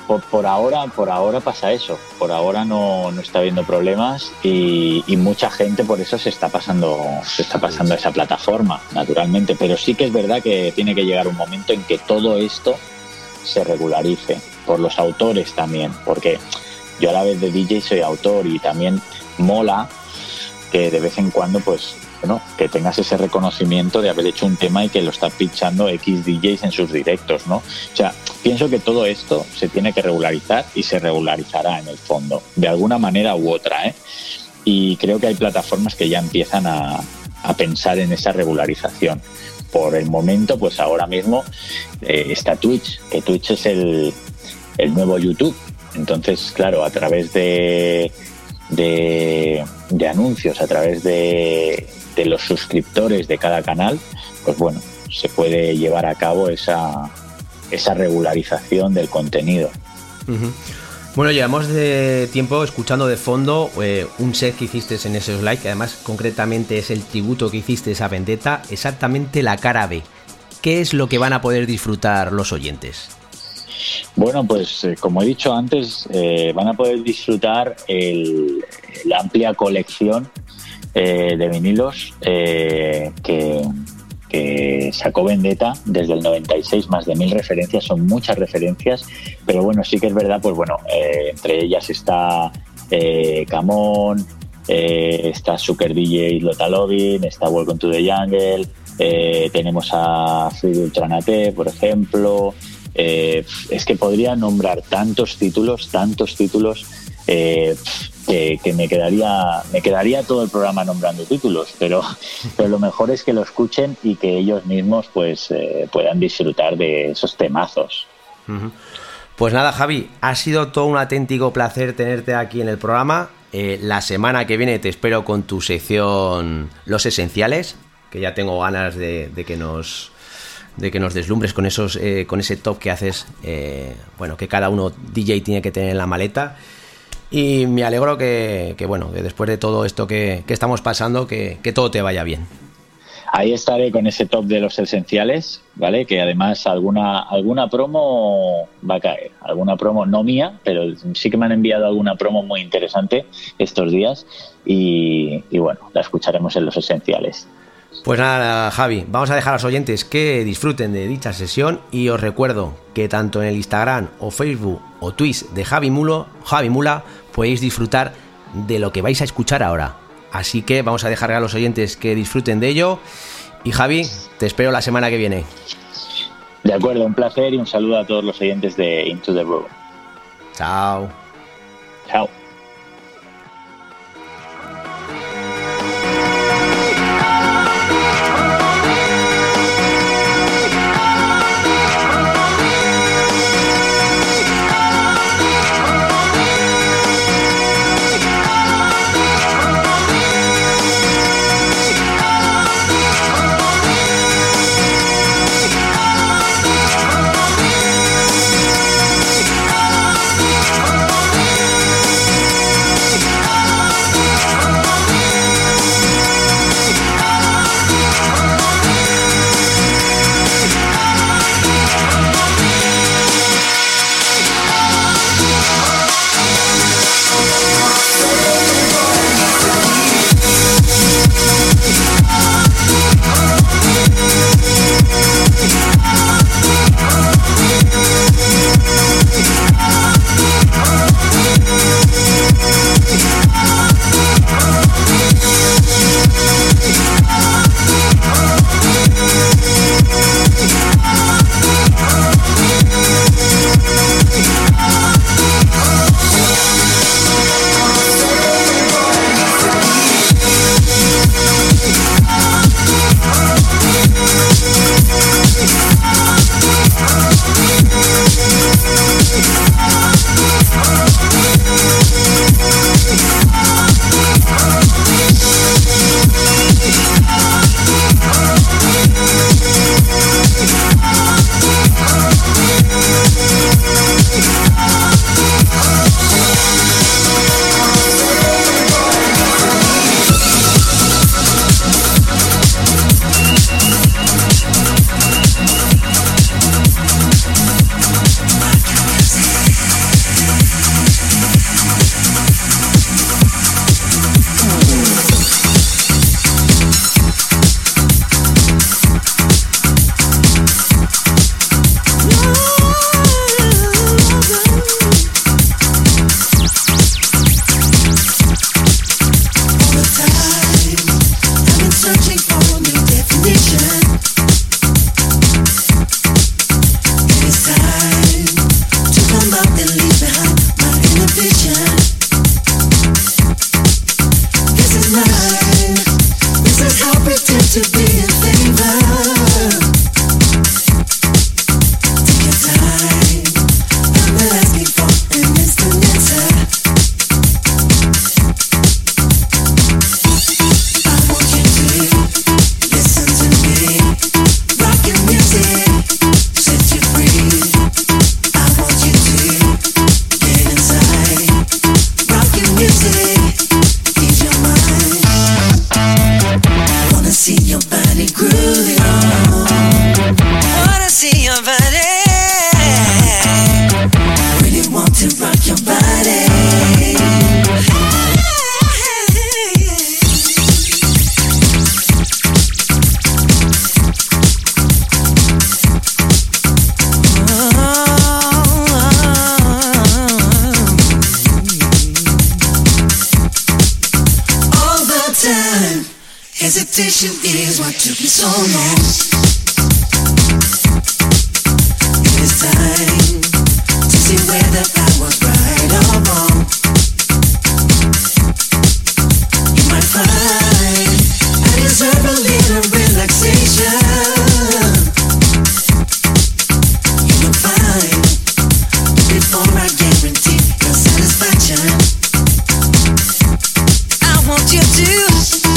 por ahora pasa eso. Por ahora no está habiendo problemas y mucha gente por eso se está pasando a esa plataforma, naturalmente. Pero sí que es verdad que tiene que llegar un momento en que todo esto se regularice. Por los autores también, porque yo a la vez de DJ soy autor y también mola que de vez en cuando, pues, bueno, que tengas ese reconocimiento de haber hecho un tema y que lo está pinchando X DJs en sus directos, ¿no? O sea, pienso que todo esto se tiene que regularizar y se regularizará en el fondo, de alguna manera u otra, ¿eh? Y creo que hay plataformas que ya empiezan a pensar en esa regularización. Por el momento, pues ahora mismo está Twitch, que Twitch es el nuevo YouTube. Entonces, claro, a través de anuncios, a través de los suscriptores de cada canal, pues bueno, se puede llevar a cabo esa regularización del contenido. Uh-huh. Bueno, llevamos de tiempo escuchando de fondo un set que hiciste en esos live, que además concretamente es el tributo que hiciste a Vendetta, exactamente la cara B. ¿Qué es lo que van a poder disfrutar los oyentes? Bueno, pues como he dicho antes, van a poder disfrutar la amplia colección de vinilos que sacó Vendetta desde el 96, más de 1000 referencias, son muchas referencias, pero bueno, sí que es verdad, pues bueno, entre ellas está Camón, está Sucker DJ Lota Lovin, está Welcome to the Jungle, tenemos a Free Ultranate, por ejemplo. Es que podría nombrar tantos títulos que me quedaría todo el programa nombrando títulos, pero lo mejor es que lo escuchen y que ellos mismos pues puedan disfrutar de esos temazos. Uh-huh. Pues nada, Javi, ha sido todo un auténtico placer tenerte aquí en el programa. La semana que viene te espero con tu sección Los Esenciales, que ya tengo ganas de que nos deslumbres con ese top que haces, bueno, que cada uno DJ tiene que tener en la maleta. Y me alegro que bueno, que después de todo esto que estamos pasando, que todo te vaya bien. Ahí estaré con ese top de Los Esenciales, ¿vale? Que además alguna promo va a caer, alguna promo no mía, pero sí que me han enviado alguna promo muy interesante estos días y bueno, la escucharemos en Los Esenciales. Pues nada, Javi, vamos a dejar a los oyentes que disfruten de dicha sesión y os recuerdo que tanto en el Instagram o Facebook o Twitch de Javi Mula podéis disfrutar de lo que vais a escuchar ahora. Así que vamos a dejar a los oyentes que disfruten de ello y Javi, te espero la semana que viene. De acuerdo, un placer y un saludo a todos los oyentes de Into the Room. Chao. Chao. Hesitation is what took me so long. It is time to see whether I was right or wrong. You might find I deserve a little relaxation. You will find before I guarantee your satisfaction. I want you to.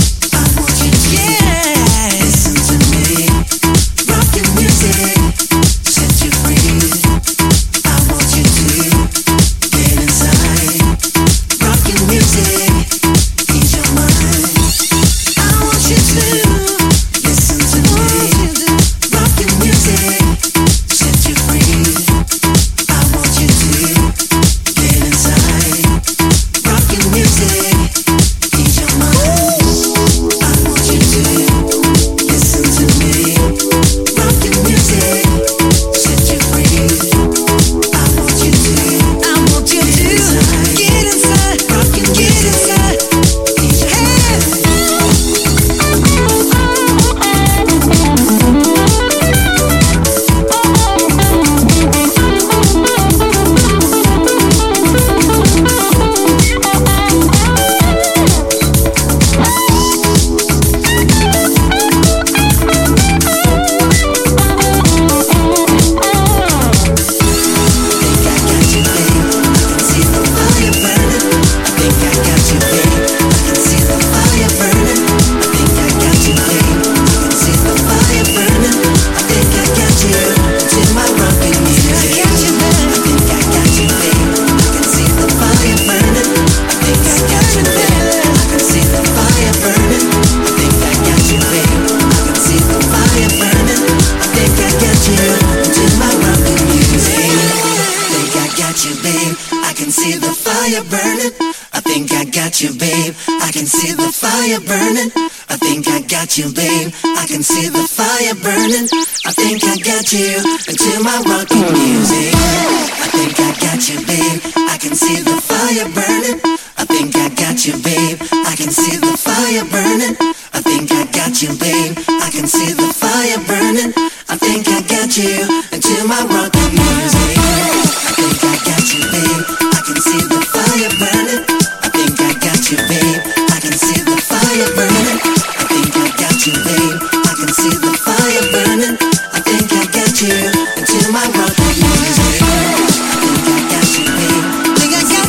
You, babe, I can see the fire burning. I think I got you into my rocking music. I think I got you, babe, I can see the fire burning. I think I got you, babe, I can see the fire burning. I think I got you, babe, I can see the fire burning. I think I got you into my rocking music. I think I got you, babe, I can see the fire burning. I think I got you, babe, I can see the fire burning. You, babe, I can see the fire burning. I think I got you into my rocking music. I think I got you, babe. I think I got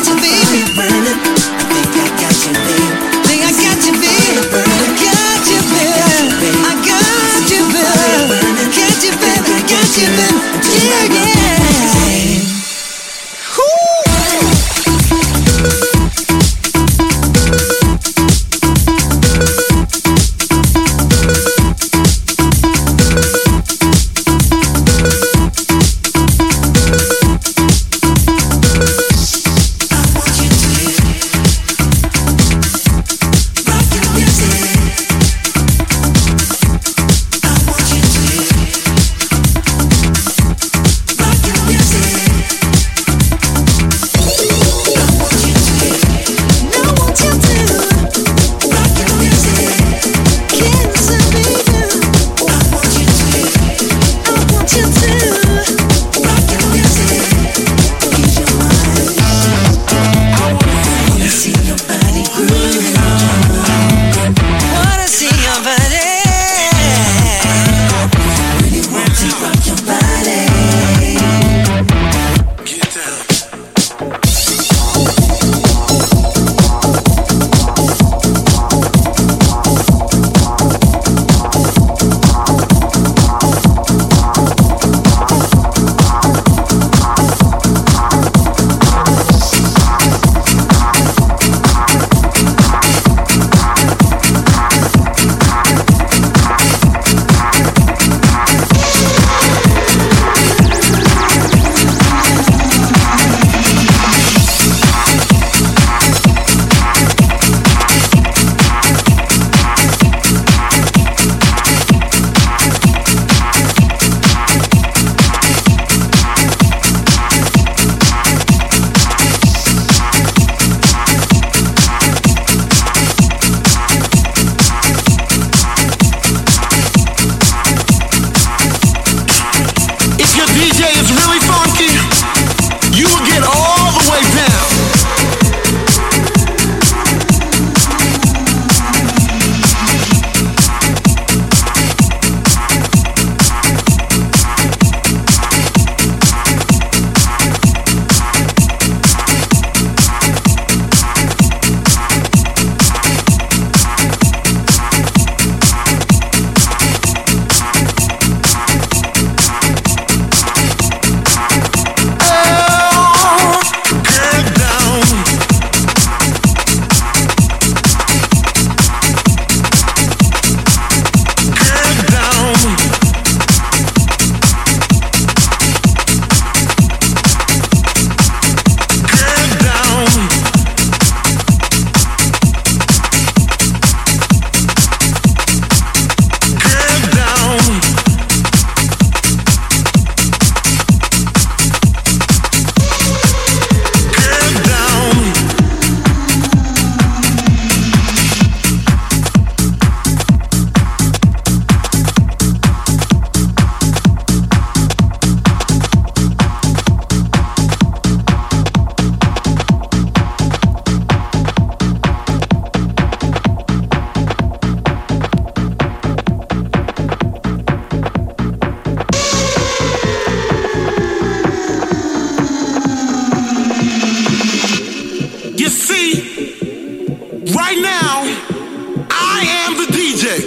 You see, right now, I am the DJ.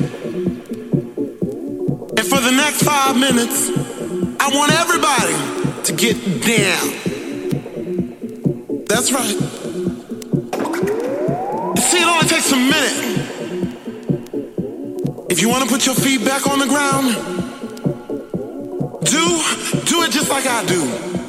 And for the next 5 minutes, I want everybody to get down. That's right. You see, it only takes a minute. If you want to put your feet back on the ground, do it just like I do.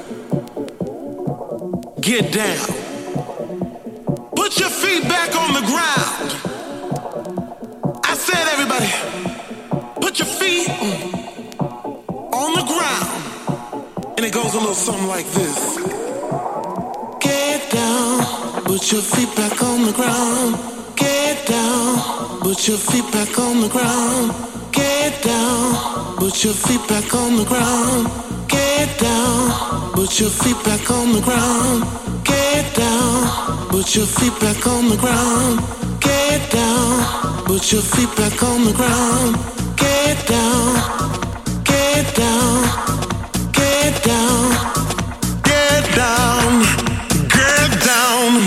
Get down. Put your feet back on the ground. I said, everybody, put your feet on the ground. And it goes a little something like this. Get down. Put your feet back on the ground. Get down. Put your feet back on the ground. Get down. Put your feet back on the ground. Get down. Put your feet back on the ground. Get down. Put your feet back on the ground. Get down. Put your feet back on the ground. Get down. Get down. Get down. Get down. Get down.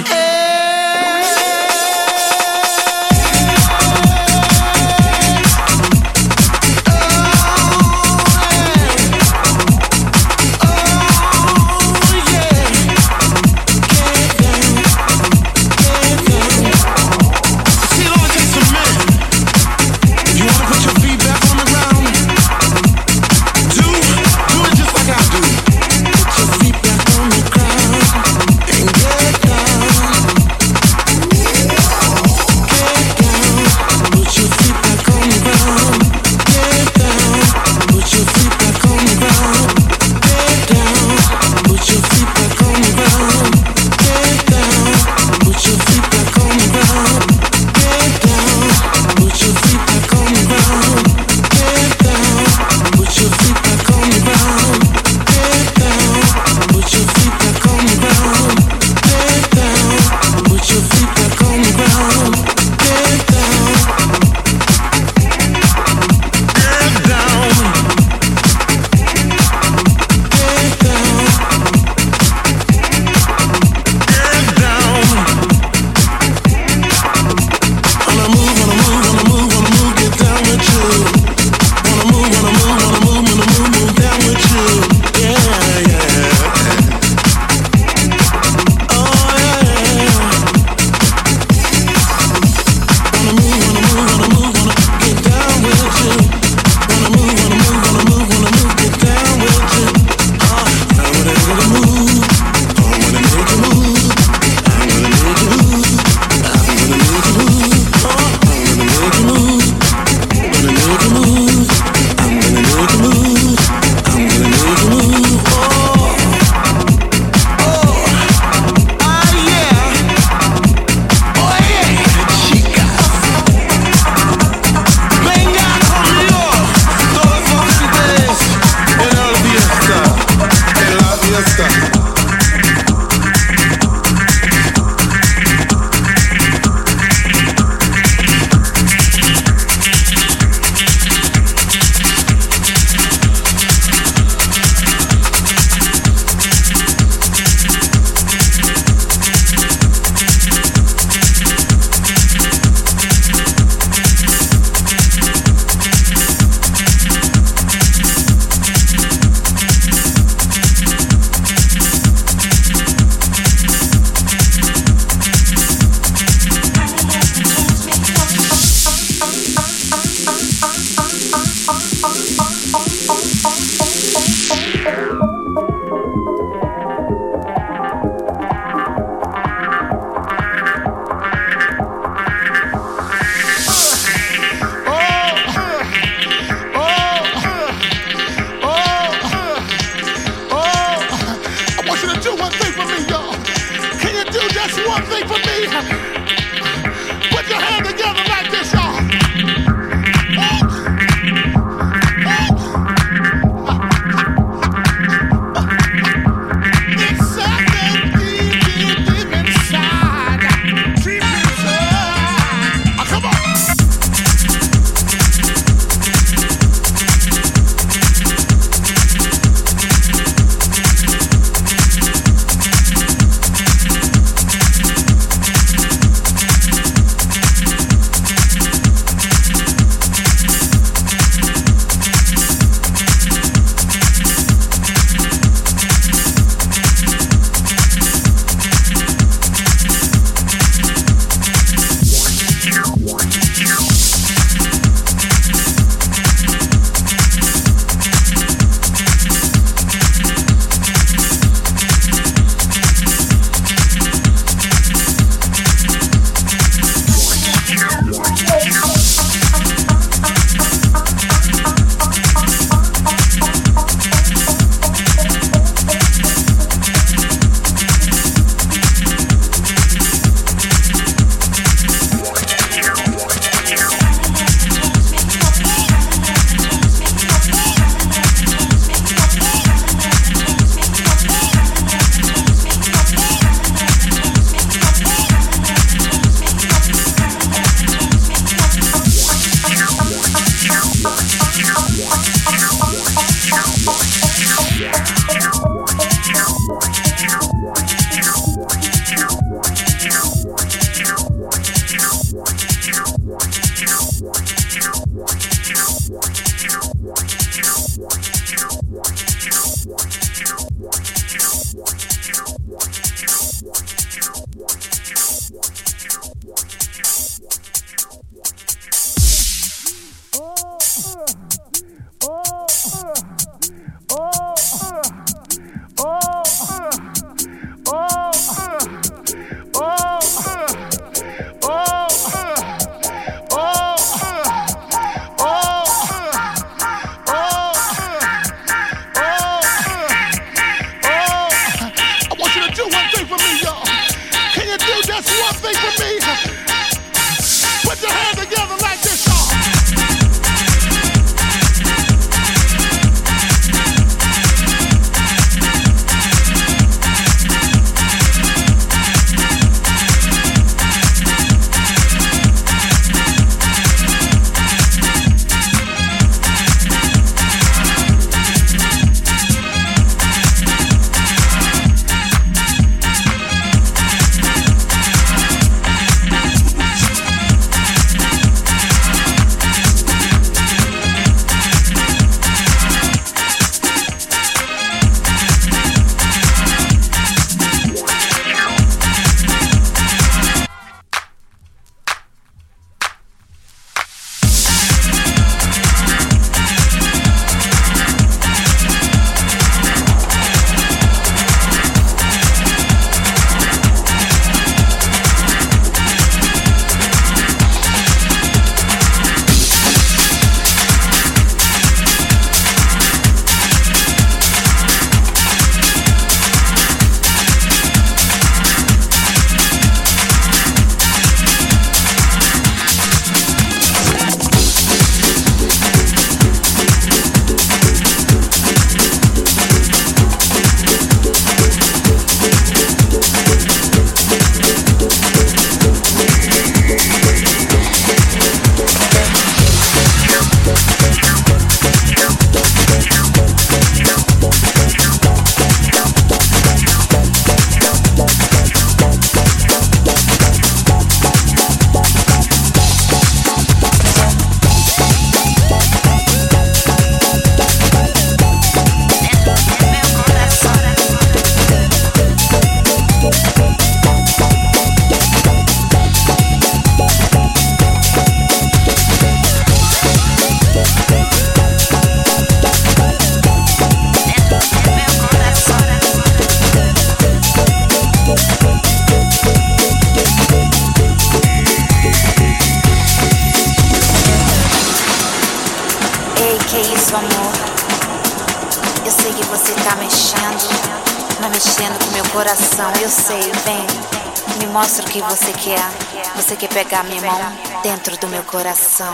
coração, eu sei, vem. Me mostra o que você quer. Você quer pegar minha mão dentro do meu coração.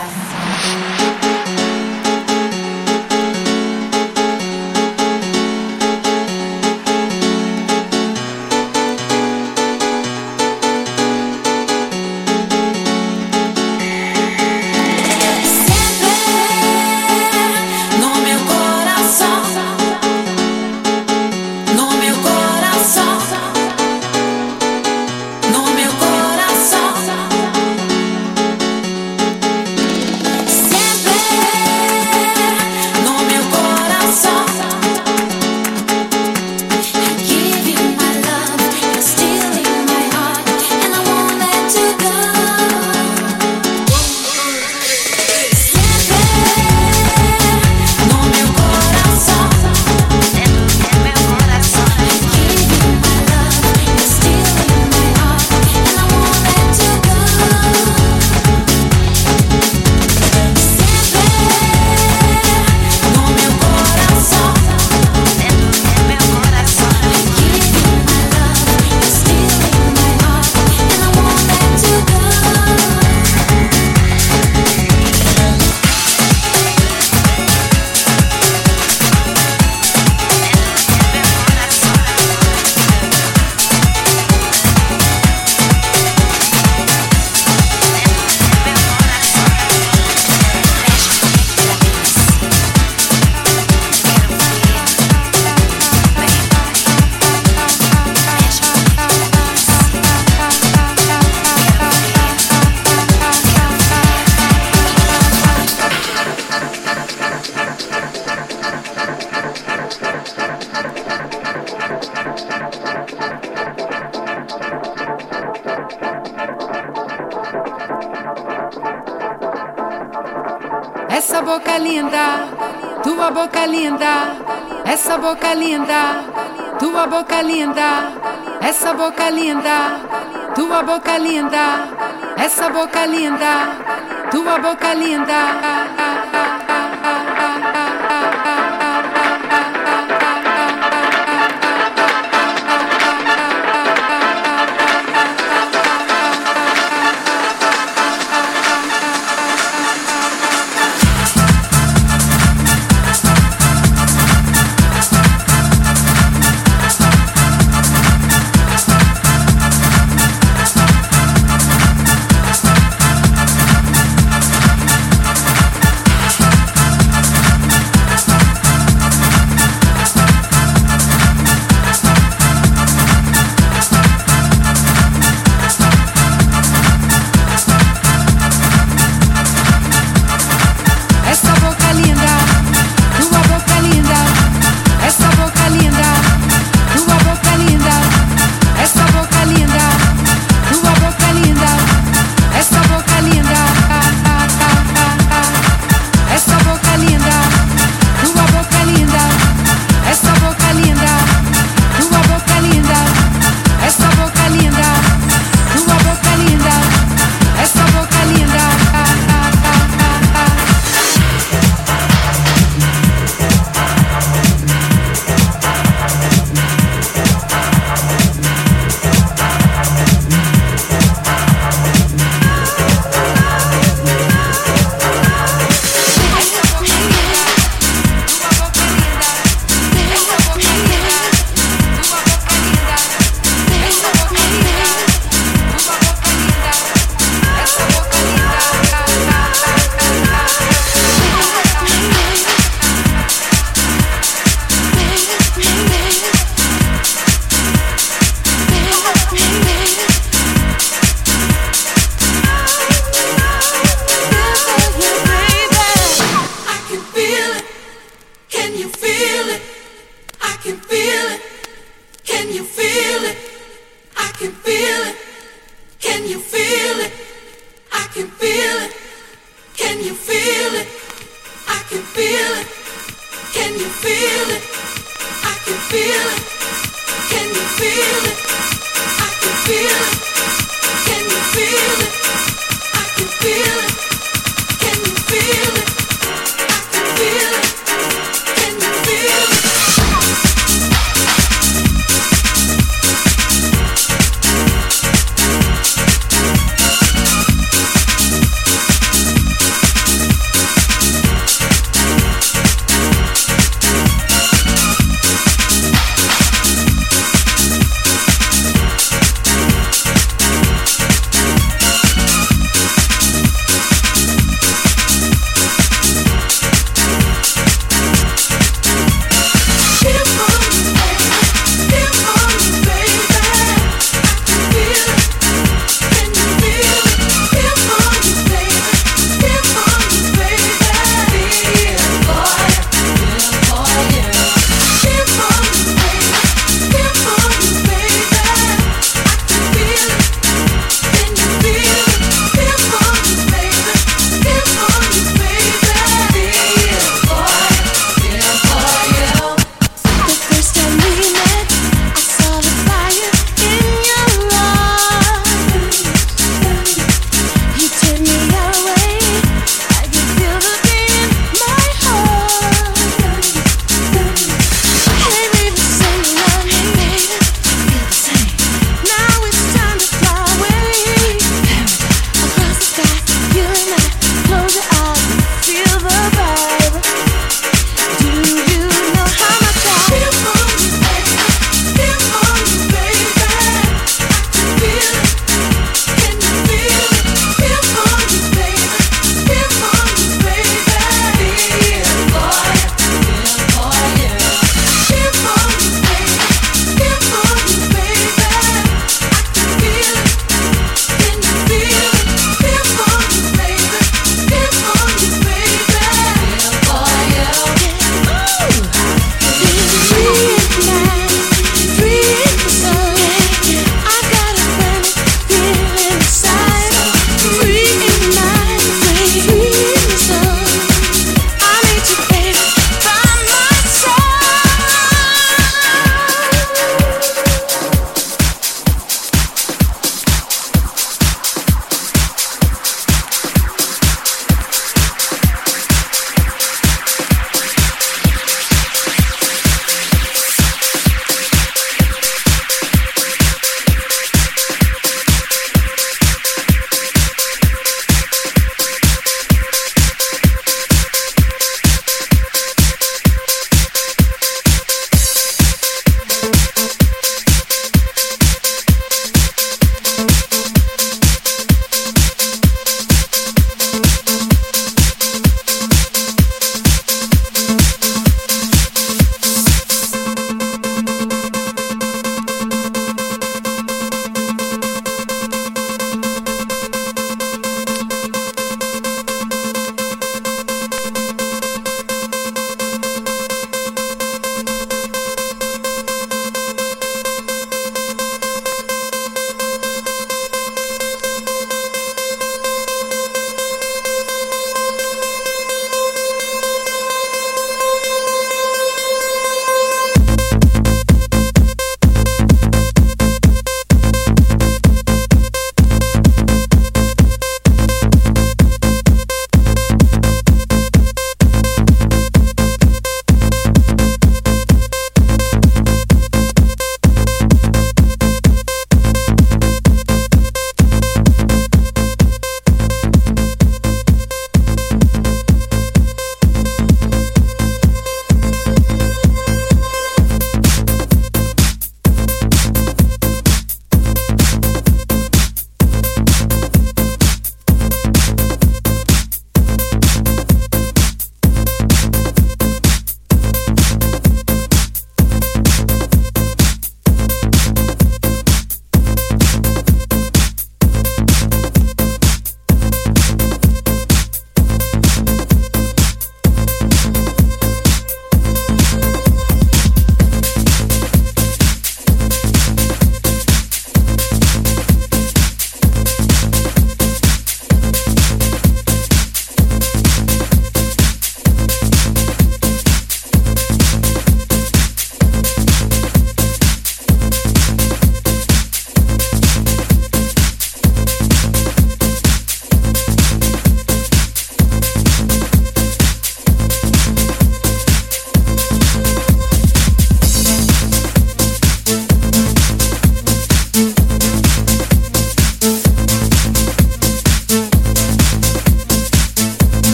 Essa boca linda, tua boca linda. Essa boca linda, tua boca linda. Essa boca linda, tua boca linda. Essa boca linda, tua boca linda.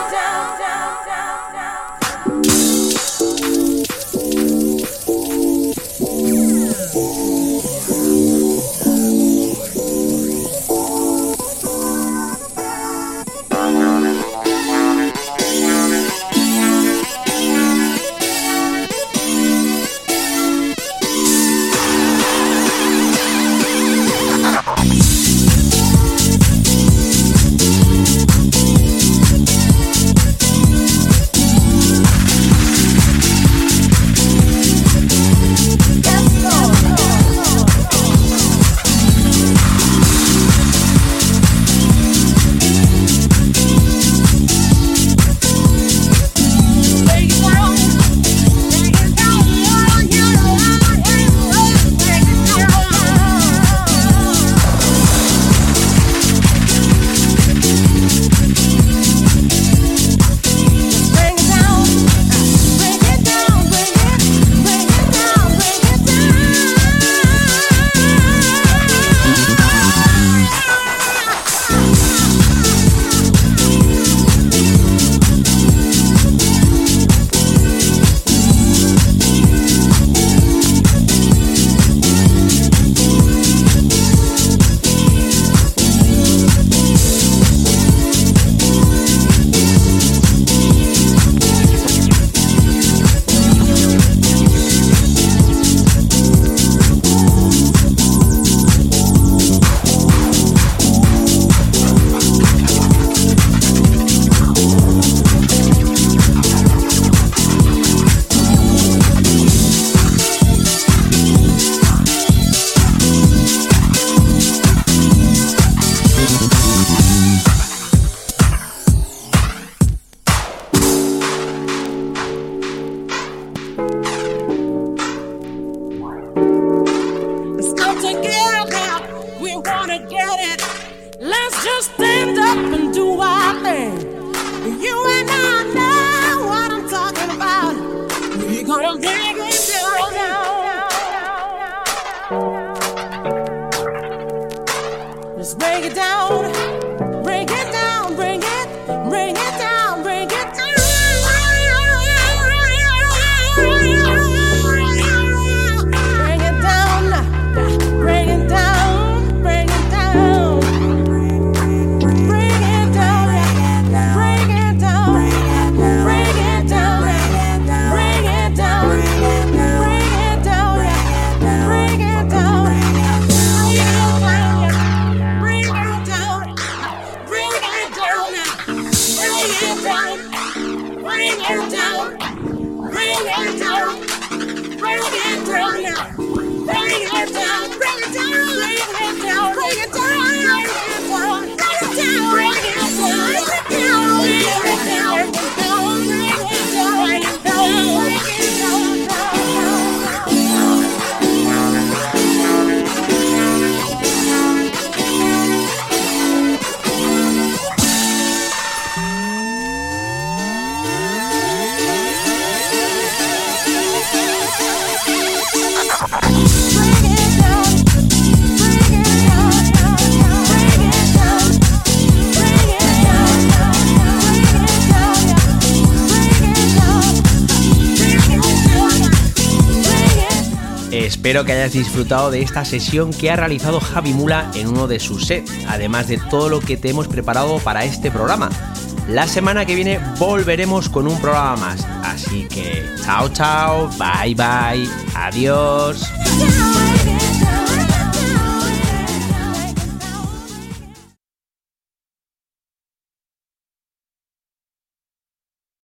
Espero que hayas disfrutado de esta sesión que ha realizado Javi Mula en uno de sus sets, además de todo lo que te hemos preparado para este programa. La semana que viene volveremos con un programa más, así que chao chao, bye bye, adiós.